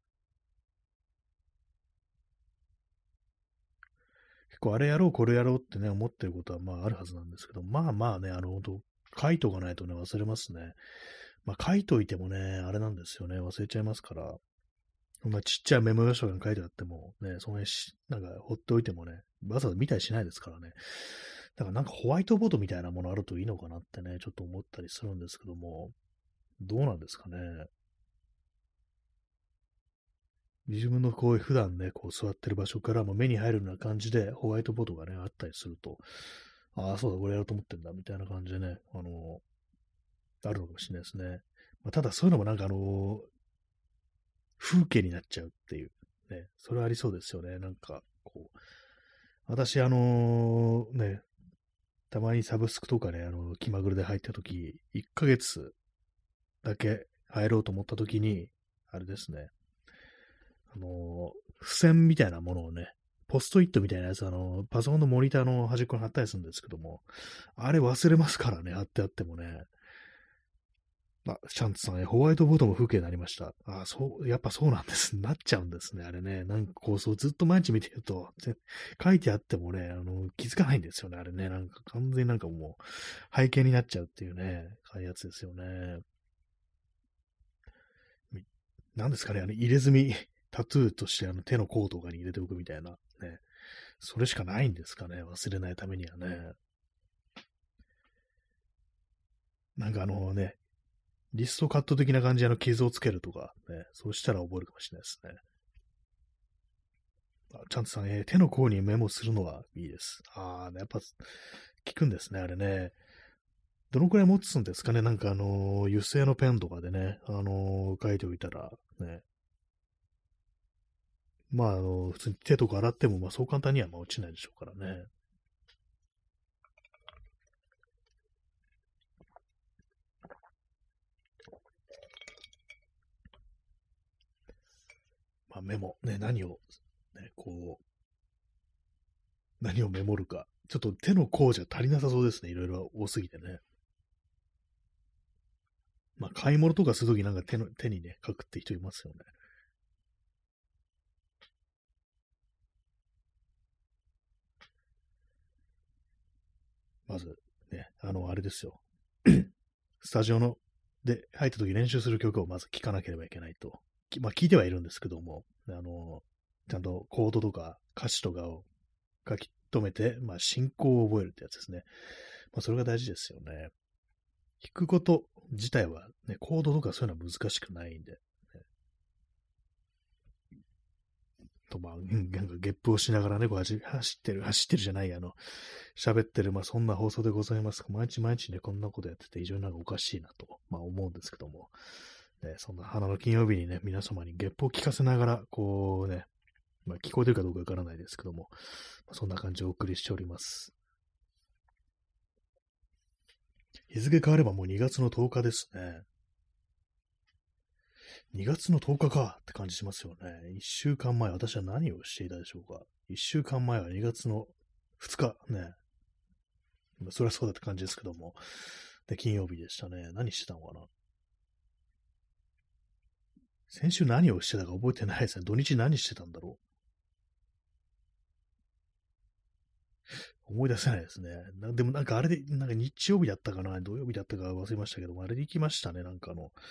結構あれやろう、これやろうってね、思ってることはまああるはずなんですけど、まあまあね、本当書いとかないとね、忘れますね。まあ書いといてもね、あれなんですよね、忘れちゃいますから、まあちっちゃいメモ用紙とかに書いてあっても、ね、その辺なんかほっておいてもね、わざわざ見たりしないですからね。だからなんかホワイトボードみたいなものあるといいのかなってね、ちょっと思ったりするんですけども、どうなんですかね。自分のこう普段ね、こう座ってる場所からも目に入るような感じでホワイトボードがね、あったりすると、ああ、そうだ、これやろうと思ってんだ、みたいな感じでね、あるのかもしれないですね。まあ、ただそういうのもなんか風景になっちゃうっていう、ね、それはありそうですよね。なんか、こう、私、ね、たまにサブスクとかね、気まぐれで入ったとき、1ヶ月だけ入ろうと思ったときに、あれですね、付箋みたいなものをね、ポストイットみたいなやつ、パソコンのモニターの端っこに貼ったりするんですけども、あれ忘れますからね、貼ってあってもね。あ、シャンツさん、ホワイトボードも風景になりました。あ、そう、やっぱそうなんです。なっちゃうんですね、あれね。なんかこう、そうずっと毎日見てると、書いてあってもね、気づかないんですよね、あれね。なんか完全になんかもう、背景になっちゃうっていうね、ああいうやつですよね。なんですかね、入れ墨、タトゥーとして手の甲とかに入れておくみたいな、ね。それしかないんですかね、忘れないためにはね。なんかね、リストカット的な感じで傷をつけるとか、ね、そうしたら覚えるかもしれないですね。あちゃんとさん、手の甲にメモするのはいいです。ああ、やっぱ、効くんですね、あれね。どのくらい持つんですかね、なんか油性のペンとかでね、書いておいたら、ね。まあ、普通に手とか洗っても、まあ、そう簡単にはまあ落ちないでしょうからね。まあ、メモ、ね、ね、何をメモるか。ちょっと手の甲じゃ足りなさそうですね。いろいろ多すぎてね。まあ、買い物とかするときなんか手にね、書くって人いますよね。まず、ね、あれですよ。スタジオで入ったとき練習する曲をまず聴かなければいけないと。まあ、聞いてはいるんですけども、ちゃんとコードとか歌詞とかを書き留めて、まあ、進行を覚えるってやつですね。まあ、それが大事ですよね。弾くこと自体はね、コードとかそういうのは難しくないんで、ね、まあ、なんかゲップをしながらね、こう走ってるじゃない、喋ってる、まあそんな放送でございますが、毎日毎日ね、こんなことやってて非常になんかおかしいなと、まあ思うんですけども、ね、そんな花の金曜日にね、皆様にゲップを聞かせながら、こうね、まあ聞こえてるかどうかわからないですけども、まあ、そんな感じでお送りしております。日付変わればもう2月の10日ですね。2月の10日かって感じしますよね。1週間前、私は何をしていたでしょうか。1週間前は2月の2日ね。それはそうだって感じですけども。で、金曜日でしたね。何してたのかな。先週何をしてたか覚えてないですね。土日何してたんだろ思い出せないですね。でもなんかあれで、なんか日曜日だったかな、土曜日だったか忘れましたけども、あれで行きましたね。なんか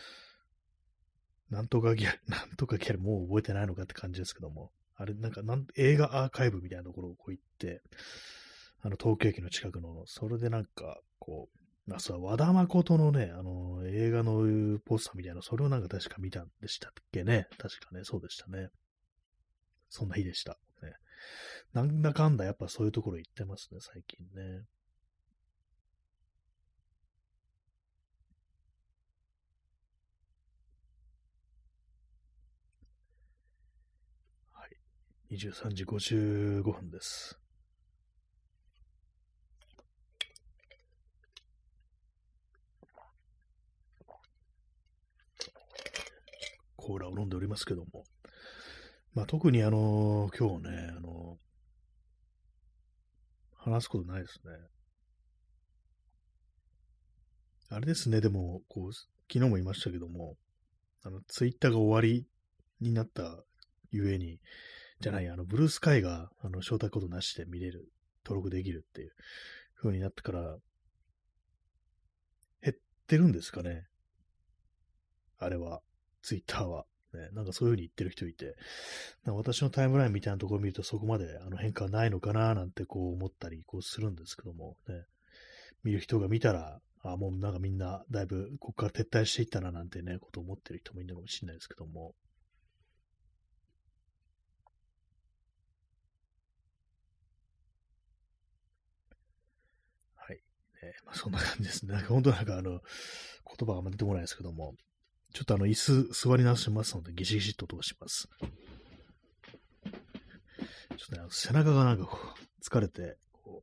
なんとかギャル、なんとかギャル、もう覚えてないのかって感じですけども、あれ、映画アーカイブみたいなところをこう行って、東京駅の近くの、それでなんか、こう、そう、和田誠のね、映画のポスターみたいな、それをなんか確か見たんでしたっけね。確かね、そうでしたね。そんな日でした。ね、なんだかんだやっぱそういうところ行ってますね、最近ね。はい。23時55分です。コーラを飲んでおりますけども。まあ、特に今日ね、話すことないですね。あれですね、でも、こう、昨日も言いましたけども、ツイッターが終わりになったゆえに、じゃない、ブルースカイが、招待コードなしで見れる、登録できるっていう風になってから、減ってるんですかね、あれは、ツイッターは。ね、なんかそういう風に言ってる人いて、なんか私のタイムラインみたいなところを見るとそこまで変化はないのかななんてこう思ったりこうするんですけども、ね、見る人が見たら、もうなんかみんなだいぶここから撤退していったななんてね、ことを思ってる人もいるのかもしれないですけども、はい。まあ、そんな感じですね。なんか本当なんか言葉があんま出てこないですけども、ちょっと椅子座り直しますので、ギシギシっと通します。ちょっとね、背中がなんかこう疲れて、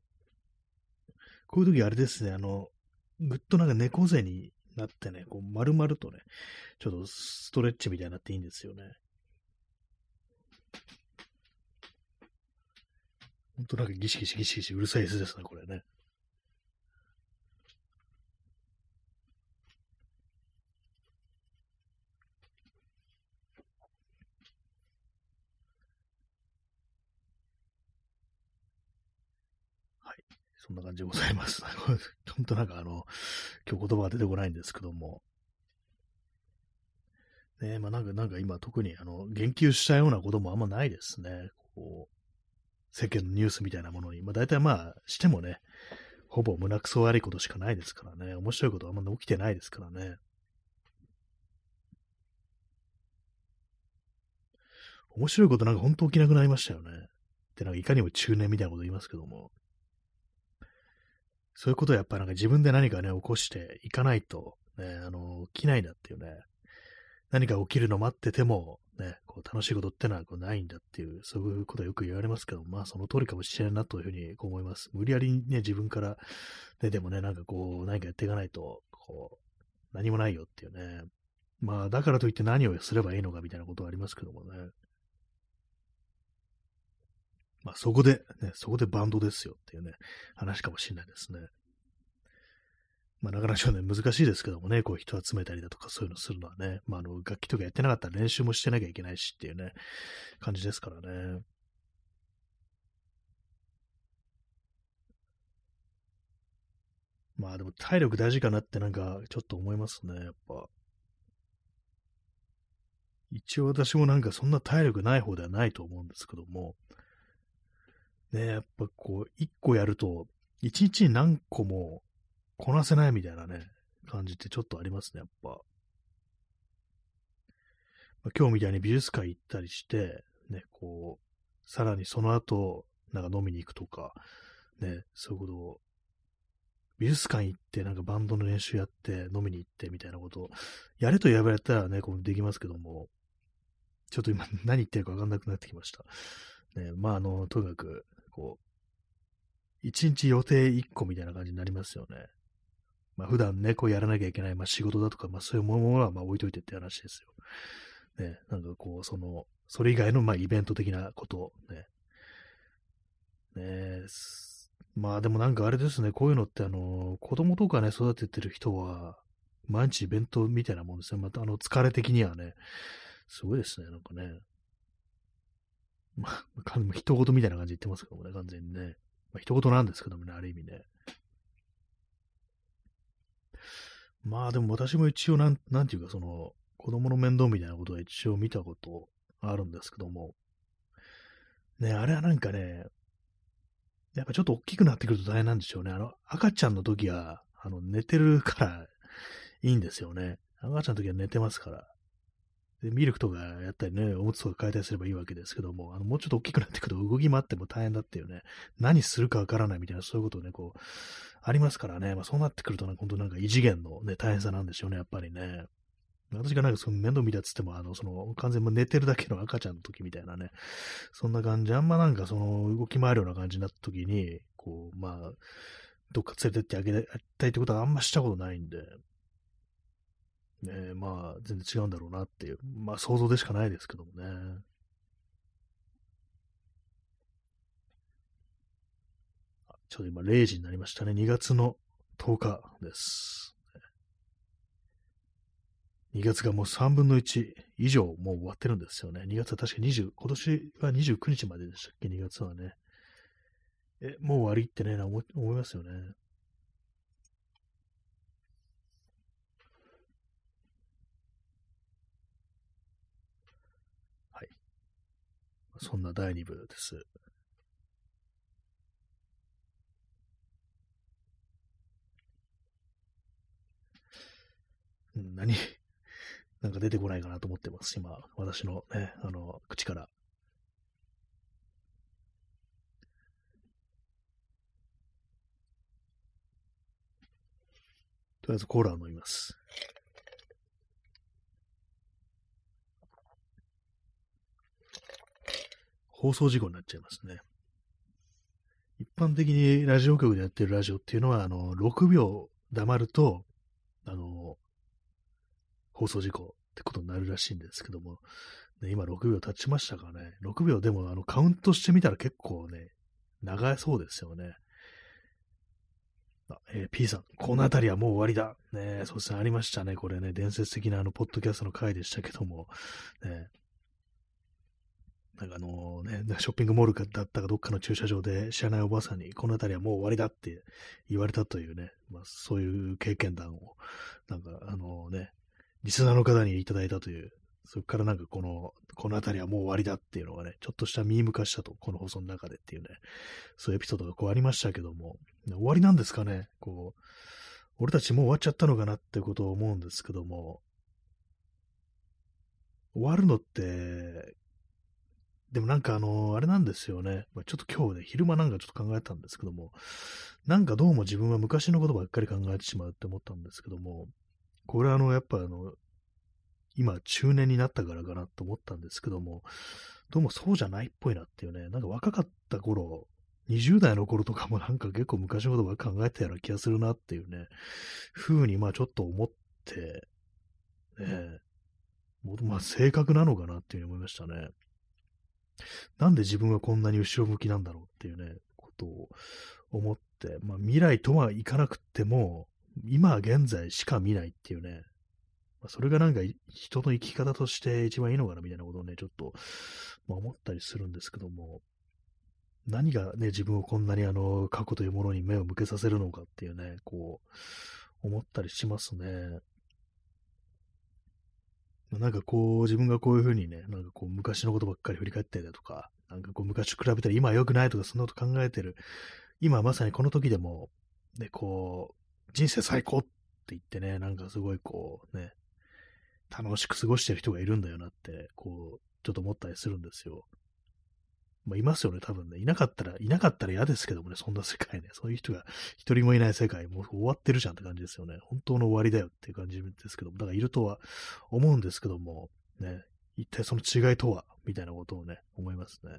こういう時あれですね、ぐっとなんか猫背になってね、こう丸々とね、ちょっとストレッチみたいになっていいんですよね。ほんとなんかギシギシギシギシうるさい椅子ですね、これね。はい。そんな感じでございます。ほんとなんか今日言葉が出てこないんですけども、ね、まあなんか今特に言及したようなこともあんまないですね。こう、世間のニュースみたいなものに。まあ大体まあしてもね、ほぼ胸くそ悪いことしかないですからね。面白いことはあんま起きてないですからね。面白いことなんか本当起きなくなりましたよね。で、なんかいかにも中年みたいなこと言いますけども、そういうことはやっぱりなんか自分で何かね、起こしていかないと、ね、起きないんだっていうね、何か起きるの待ってても、ね、こう楽しいことってのはこうないんだっていう、そういうことはよく言われますけど、まあその通りかもしれないなというふうにこう思います。無理やりね、自分から、ね、でもね、なんかこう、何かやっていかないと、こう、何もないよっていうね。まあ、だからといって何をすればいいのかみたいなことはありますけどもね。まあ、そこでバンドですよっていうね、話かもしれないですね。まあ、なかなかね、難しいですけどもね、こう人集めたりだとかそういうのするのはね、まあ、楽器とかやってなかったら練習もしてなきゃいけないしっていうね、感じですからね。まあ、でも体力大事かなってなんか、ちょっと思いますね、やっぱ。一応私もなんかそんな体力ない方ではないと思うんですけども、ね、やっぱこう、一個やると、一日に何個もこなせないみたいなね、感じってちょっとありますね、やっぱ。まあ、今日みたいに美術館行ったりして、ね、こう、さらにその後、なんか飲みに行くとか、ね、そういうことを、美術館行ってなんかバンドの練習やって飲みに行ってみたいなことを、やれと言われたらね、こうできますけども、ちょっと今何言ってるかわかんなくなってきました。ね、まあとにかく、こう、一日予定一個みたいな感じになりますよね。まあ普段ね、こうやらなきゃいけない、まあ仕事だとか、まあそういうものはまあ置いといてって話ですよ。ね、なんかこう、それ以外のまあイベント的なことをね、ね、まあでもなんかあれですね、こういうのって子供とかね、育ててる人は、毎日イベントみたいなもんですね。また疲れ的にはね、すごいですね、なんかね。まあ、人事みたいな感じで言ってますけどもね、完全にね。 まあ、一言なんですけどもね、ある意味ね。まあでも私も一応なんていうか、その、子供の面倒みたいなことは一応見たことあるんですけども、ね、あれはなんかね、やっぱちょっと大きくなってくると大変なんでしょうね。赤ちゃんの時は、寝てるからいいんですよね。赤ちゃんの時は寝てますから。で、ミルクとかやったりね、おむつとか変えたりすればいいわけですけども、もうちょっと大きくなってくると動き回っても大変だっていうね、何するかわからないみたいな、そういうことね、こう、ありますからね。まあそうなってくるとね、本当なんか異次元のね、大変さなんでしょうね、やっぱりね。私がなんかその面倒見たっつっても、その完全に寝てるだけの赤ちゃんの時みたいなね、そんな感じ、あんまなんかその動き回るような感じになった時に、こう、まあ、どっか連れてってあげたいってことはあんましたことないんで、ね、まあ、全然違うんだろうなっていう、まあ想像でしかないですけどもね。ちょうど今0時になりましたね。2月の10日です。2月がもう3分の1以上もう終わってるんですよね。2月は確か20、今年は29日まででしたっけ？ 2 月はね。もう終わりってね、思いますよね。はい。そんな第2部です。なんか出てこないかなと思ってます。今、私のね、口から。とりあえずコーラを飲みます。放送事故になっちゃいますね。一般的にラジオ局でやってるラジオっていうのは、6秒黙ると、あの、放送事故ってことになるらしいんですけども、ね、今6秒経ちましたかね。6秒でもカウントしてみたら結構ね、長そうですよね。P さん、この辺りはもう終わりだ。ね、そうですね、ありましたね。これね、伝説的なポッドキャストの回でしたけども、ね、なんかショッピングモールだったかどっかの駐車場で知らないおばあさんに、この辺りはもう終わりだって言われたというね、まあ、そういう経験談を、なんかリスナーの方にいただいたという、そこからなんかこの辺りはもう終わりだっていうのがね、ちょっとしたミーム化したと、この放送の中でっていうね、そういうエピソードがこうありましたけども、終わりなんですかね、こう、俺たちもう終わっちゃったのかなってことを思うんですけども、終わるのって、でもなんかあれなんですよね。まあ、ちょっと今日ね、昼間なんかちょっと考えたんですけども、なんかどうも自分は昔のことばっかり考えてしまうって思ったんですけども、これはやっぱ今中年になったからかなと思ったんですけども、どうもそうじゃないっぽいなっていうね、なんか若かった頃、20代の頃とかもなんか結構昔のことばっかり考えてたような気がするなっていうね、風にまあちょっと思って、ね、まあ性格なのかなっていうふうに思いましたね。なんで自分はこんなに後ろ向きなんだろうっていうね、ことを思って、まあ未来とはいかなくっても、今現在しか見ないっていうね、まあ、それがなんか人の生き方として一番いいのかなみたいなことをね、ちょっと、まあ、思ったりするんですけども、何がね、自分をこんなに過去というものに目を向けさせるのかっていうね、こう、思ったりしますね。なんかこう、自分がこういうふうにね、なんかこう、昔のことばっかり振り返ってたとか、なんかこう、昔と比べたら今は良くないとか、そんなこと考えてる。今まさにこの時でも、ね、こう、人生最高って言ってね、なんかすごいこう、ね、楽しく過ごしてる人がいるんだよなって、こう、ちょっと思ったりするんですよ。まあ、いますよね、多分ね。いなかったら嫌ですけどもね、そんな世界ね。そういう人が一人もいない世界、もう終わってるじゃんって感じですよね。本当の終わりだよっていう感じですけども、だからいるとは思うんですけども、ね、一体その違いとは、みたいなことをね、思いますね。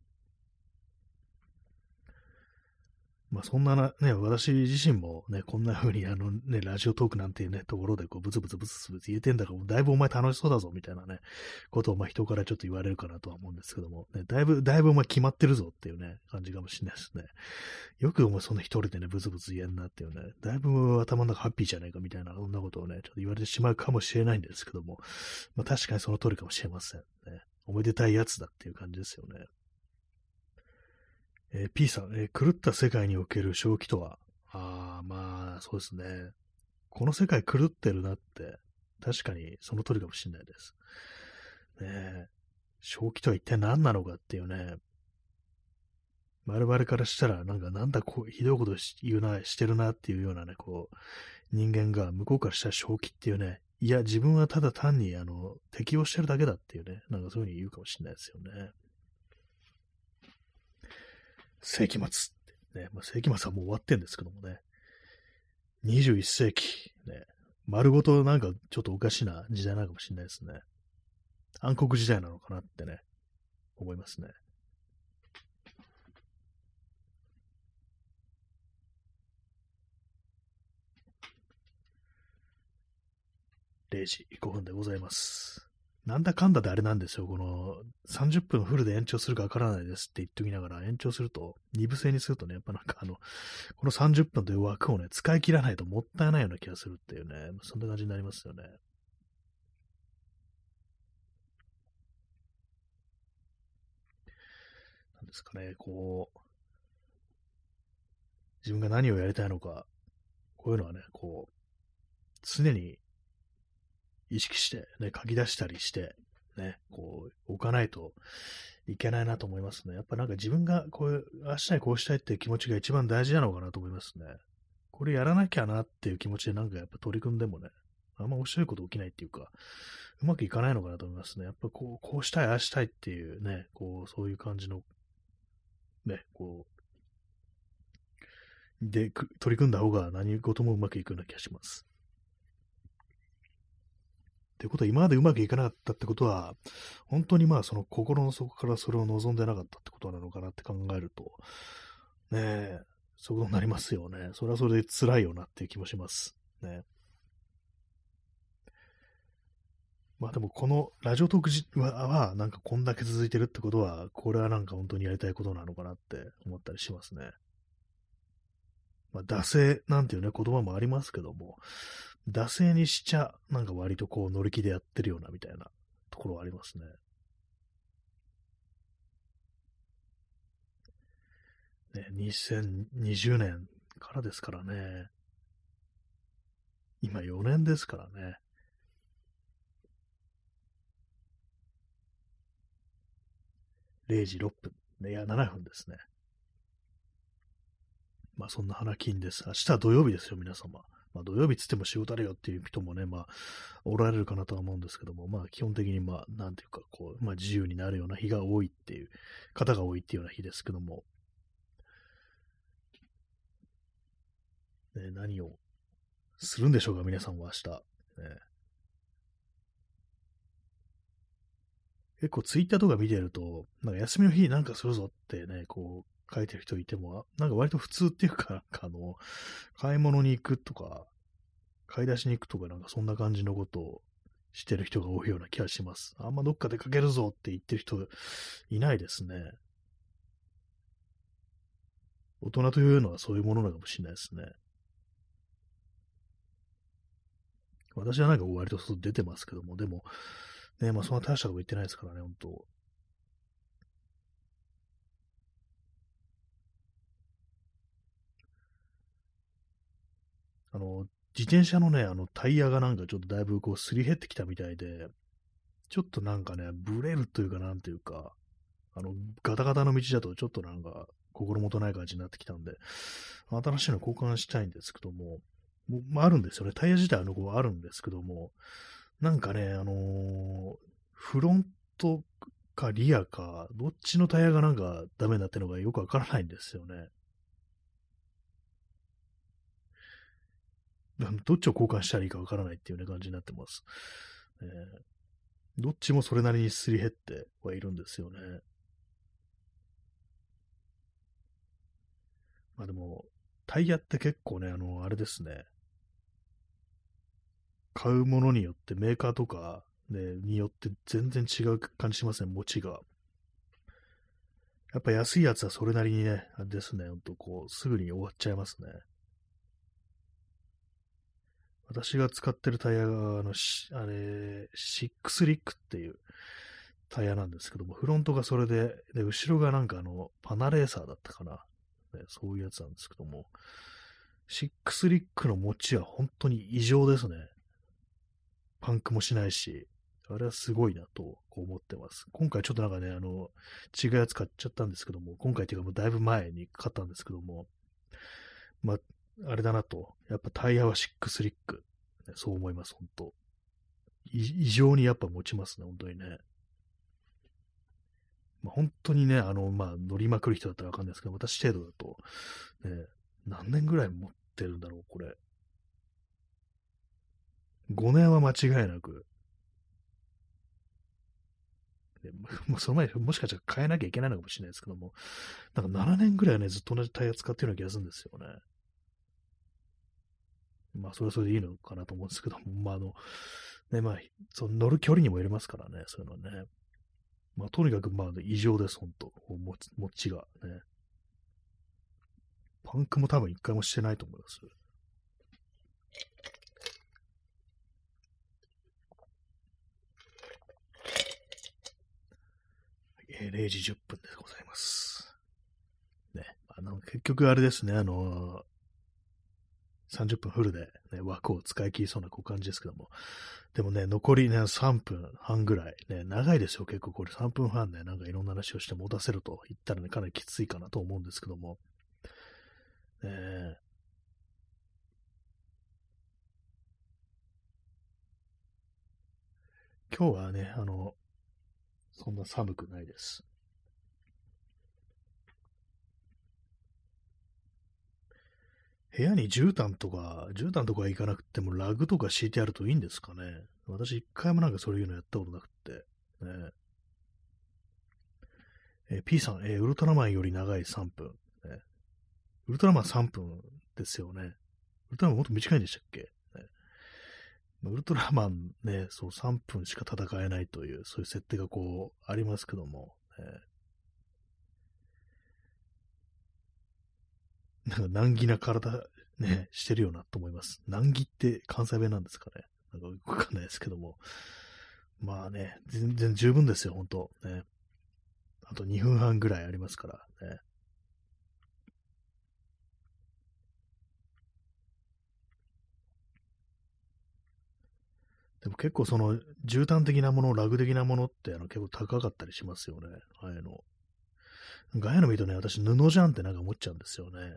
まあそんなね、私自身もね、こんな風にラジオトークなんていうね、ところでこうブツブツブツブツ言えてんだから、だいぶお前楽しそうだぞ、みたいなね、ことをまあ人からちょっと言われるかなとは思うんですけども、ね、だいぶお前決まってるぞっていうね、感じかもしれないですね。よくお前そんな一人でね、ブツブツ言えんなっていうね、だいぶ頭の中ハッピーじゃないかみたいな、そんなことをね、ちょっと言われてしまうかもしれないんですけども、まあ確かにその通りかもしれませんね。おめでたいやつだっていう感じですよね。 P さん、狂った世界における正気とは、まあ、そうですね。この世界狂ってるなって、確かにその通りかもしれないです。ねえ、正気とは一体何なのかっていうね、我々からしたら、なんだこう、ひどいこと言うな、してるなっていうようなね、こう、人間が向こうからしたら正気っていうね、いや、自分はただ単に、適応してるだけだっていうね、そういうふうに言うかもしれないですよね。世紀末ってね、世紀末はもう終わってんですけどもね、21世紀、ね、丸ごとちょっとおかしな時代なのかもしれないですね。暗黒時代なのかなってね、思いますね。0時5分でございます。なんだかんだであれなんですよ。この30分フルで延長するかわからないですって言っておきながら延長すると、2部制にするとね、やっぱこの30分という枠をね、使い切らないともったいないような気がするっていうね、そんな感じになりますよね。なんですかね、こう、自分が何をやりたいのか、こういうのはね、こう、常に意識して、ね、書き出したりして、ね、こう、置かないといけないなと思いますね。やっぱ自分がこういう、ああしたい、こうしたいっていう気持ちが一番大事なのかなと思いますね。これやらなきゃなっていう気持ちでやっぱ取り組んでもね、あんま面白いこと起きないっていうか、うまくいかないのかなと思いますね。やっぱこうしたい、ああしたいっていうね、こう、そういう感じの、ね、こう、取り組んだ方が何事もうまくいくような気がします。ってことは、今までうまくいかなかったってことは、本当にその心の底からそれを望んでなかったってことなのかなって考えると、ねえ、そういうことになりますよね。それはそれで辛いよなっていう気もします。ね。でもこのラジオトークはこんだけ続いてるってことは、これは本当にやりたいことなのかなって思ったりしますね。惰性なんていうね、言葉もありますけども、惰性にしちゃ、割とこう乗り気でやってるようなみたいなところはありますね。ね、2020年からですからね。今4年ですからね。0時6分。いや、7分ですね。そんな花金です。明日は土曜日ですよ、皆様。土曜日つっても仕事あるよっていう人もね、おられるかなとは思うんですけども、基本的になんていうか、こう、自由になるような日が多いっていう、方が多いっていうような日ですけども、ね、何をするんでしょうか、皆さんは明日。ね、結構ツイッターとか見てると、休みの日するぞってね、こう書いてる人いても、割と普通っていうか、買い物に行くとか、買い出しに行くとか、そんな感じのことをしてる人が多いような気がします。あんまどっか出かけるぞって言ってる人いないですね。大人というのはそういうものなのかもしれないですね。私は割と外出てますけども、でも、ね、そんな大したこと言ってないですからね、本当。自転車のね、タイヤがちょっとだいぶこうすり減ってきたみたいで、ちょっとね、ブレるというかなんていうか、ガタガタの道だとちょっと心もとない感じになってきたんで、新しいの交換したいんですけども、あるんですよね。タイヤ自体こうあるんですけども、ね、フロントかリアか、どっちのタイヤがダメになってるのかよくわからないんですよね。どっちを交換したらいいかわからないっていうね感じになってます。どっちもそれなりにすり減ってはいるんですよね。でも、タイヤって結構ね、あれですね。買うものによって、メーカーとか、ね、によって全然違う感じしますね、持ちが。やっぱ安いやつはそれなりにね、あれですね、ほんとこう、すぐに終わっちゃいますね。私が使ってるタイヤが、あれ、シックスリックっていうタイヤなんですけども、フロントがそれで、後ろがなんかパナレーサーだったかな。ね、そういうやつなんですけども、シックスリックの持ちは本当に異常ですね。パンクもしないし、あれはすごいなと思ってます。今回ちょっとなんかね、違うやつ買っちゃったんですけども、今回っていうかもうだいぶ前に買ったんですけども、まあ、あれだなと。やっぱタイヤはシックスリック。ね、そう思います、本当異常にやっぱ持ちますね、本当にね。まあ、本当にね、乗りまくる人だったらわかんないですけど、私程度だと、ね、何年ぐらい持ってるんだろう、これ。5年は間違いなく。ね、もうその前にもしかしたら変えなきゃいけないのかもしれないですけども、なんか7年ぐらいはね、ずっと同じタイヤ使ってるような気がするんですよね。まあ、それはそれでいいのかなと思うんですけども、まあ、ね、まあ、その乗る距離にもよりますからね、そういうのはね。まあ、とにかく、まあ、異常です、本当持ちがね。パンクも多分一回もしてないと思います。0時10分でございます。ね。結局あれですね、30分フルで、ね、枠を使い切りそうな感じですけども。でもね、残りね、3分半ぐらい。ね、長いですよ、結構これ3分半ね、なんかいろんな話をして持たせると言ったらね、かなりきついかなと思うんですけども。今日はね、そんな寒くないです。部屋に絨毯とか行かなくてもラグとか敷いてあるといいんですかね。私一回もなんかそういうのやったことなくて。ねP さん、ウルトラマンより長い3分、ね。ウルトラマン3分ですよね。ウルトラマンもっと短いんでしたっけ、ね、ウルトラマンね、そう3分しか戦えないという、そういう設定がありますけども、なんか難儀な体ね、してるよなと思います。難儀って関西弁なんですかね。なんかよくわかんないですけども。まあね、全然十分ですよ、本当ね。あと2分半ぐらいありますからね。でも結構その絨毯的なもの、ラグ的なものって結構高かったりしますよね。ああいうの。ああいうの見るとね、私布じゃんってなんか思っちゃうんですよね。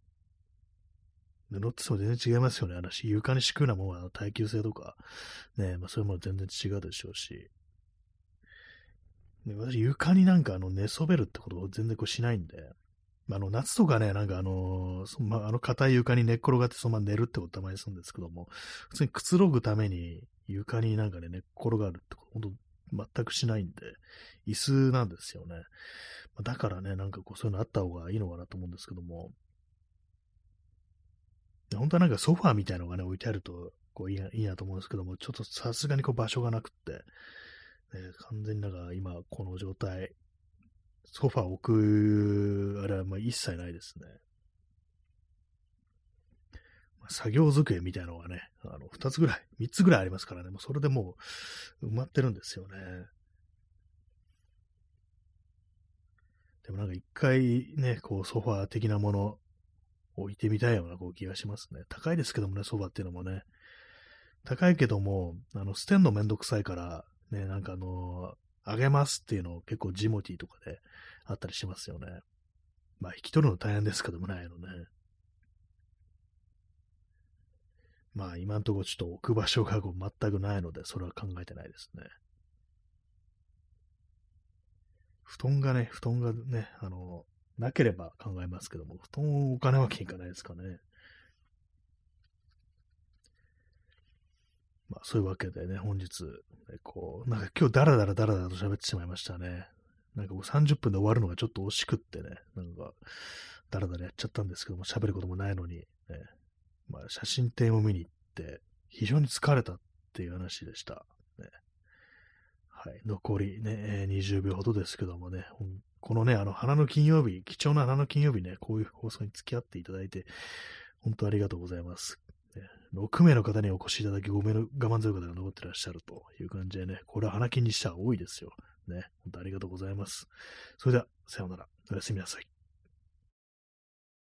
布ってそう全然違いますよね。床に敷くようなものは耐久性とか、ね、まあそういうもの全然違うでしょうし。ね、私床になんか寝そべるってことを全然しないんで、夏とかね、なんか硬い床に寝っ転がってそのまま寝るってことたまにするんですけども、普通にくつろぐために床になんかね、寝っ転がるってこと、本当全くしないんで、椅子なんですよね。だからね、なんかそういうのあった方がいいのかなと思うんですけども、本当はなんかソファーみたいなのがね、置いてあると、いいなと思うんですけども、ちょっとさすがに場所がなくって、ね、完全になんか今この状態、ソファー置く、あれはまあ一切ないですね。作業机みたいなのがね、2つぐらい、3つぐらいありますからね、もうそれでもう埋まってるんですよね。でもなんか一回ね、ソファー的なもの置いてみたいような気がしますね。高いですけどもね、ソファーっていうのもね。高いけども、捨てんのめんどくさいから、ね、なんかあげますっていうのを結構ジモティーとかであったりしますよね。まあ、引き取るの大変ですけどもね、ね。まあ、今んところちょっと置く場所が全くないので、それは考えてないですね。布団がね、なければ考えますけども、布団を置かないわけにいかないですかね。まあ、そういうわけでね、本日、なんか今日ダラダラと喋ってしまいましたね。なんか30分で終わるのがちょっと惜しくってね、なんか、ダラダラやっちゃったんですけども、喋ることもないのに、ね、まあ、写真展を見に行って、非常に疲れたっていう話でした。ね、はい、残りね、20秒ほどですけどもね、このね、花の金曜日、貴重な花の金曜日ね、こういう放送に付き合っていただいて、本当ありがとうございます。6名の方にお越しいただき、5名の我慢強い方が残ってらっしゃるという感じでね、これは花金にしては多いですよ。 ね、本当ありがとうございます。それでは、さようなら。おやすみなさい。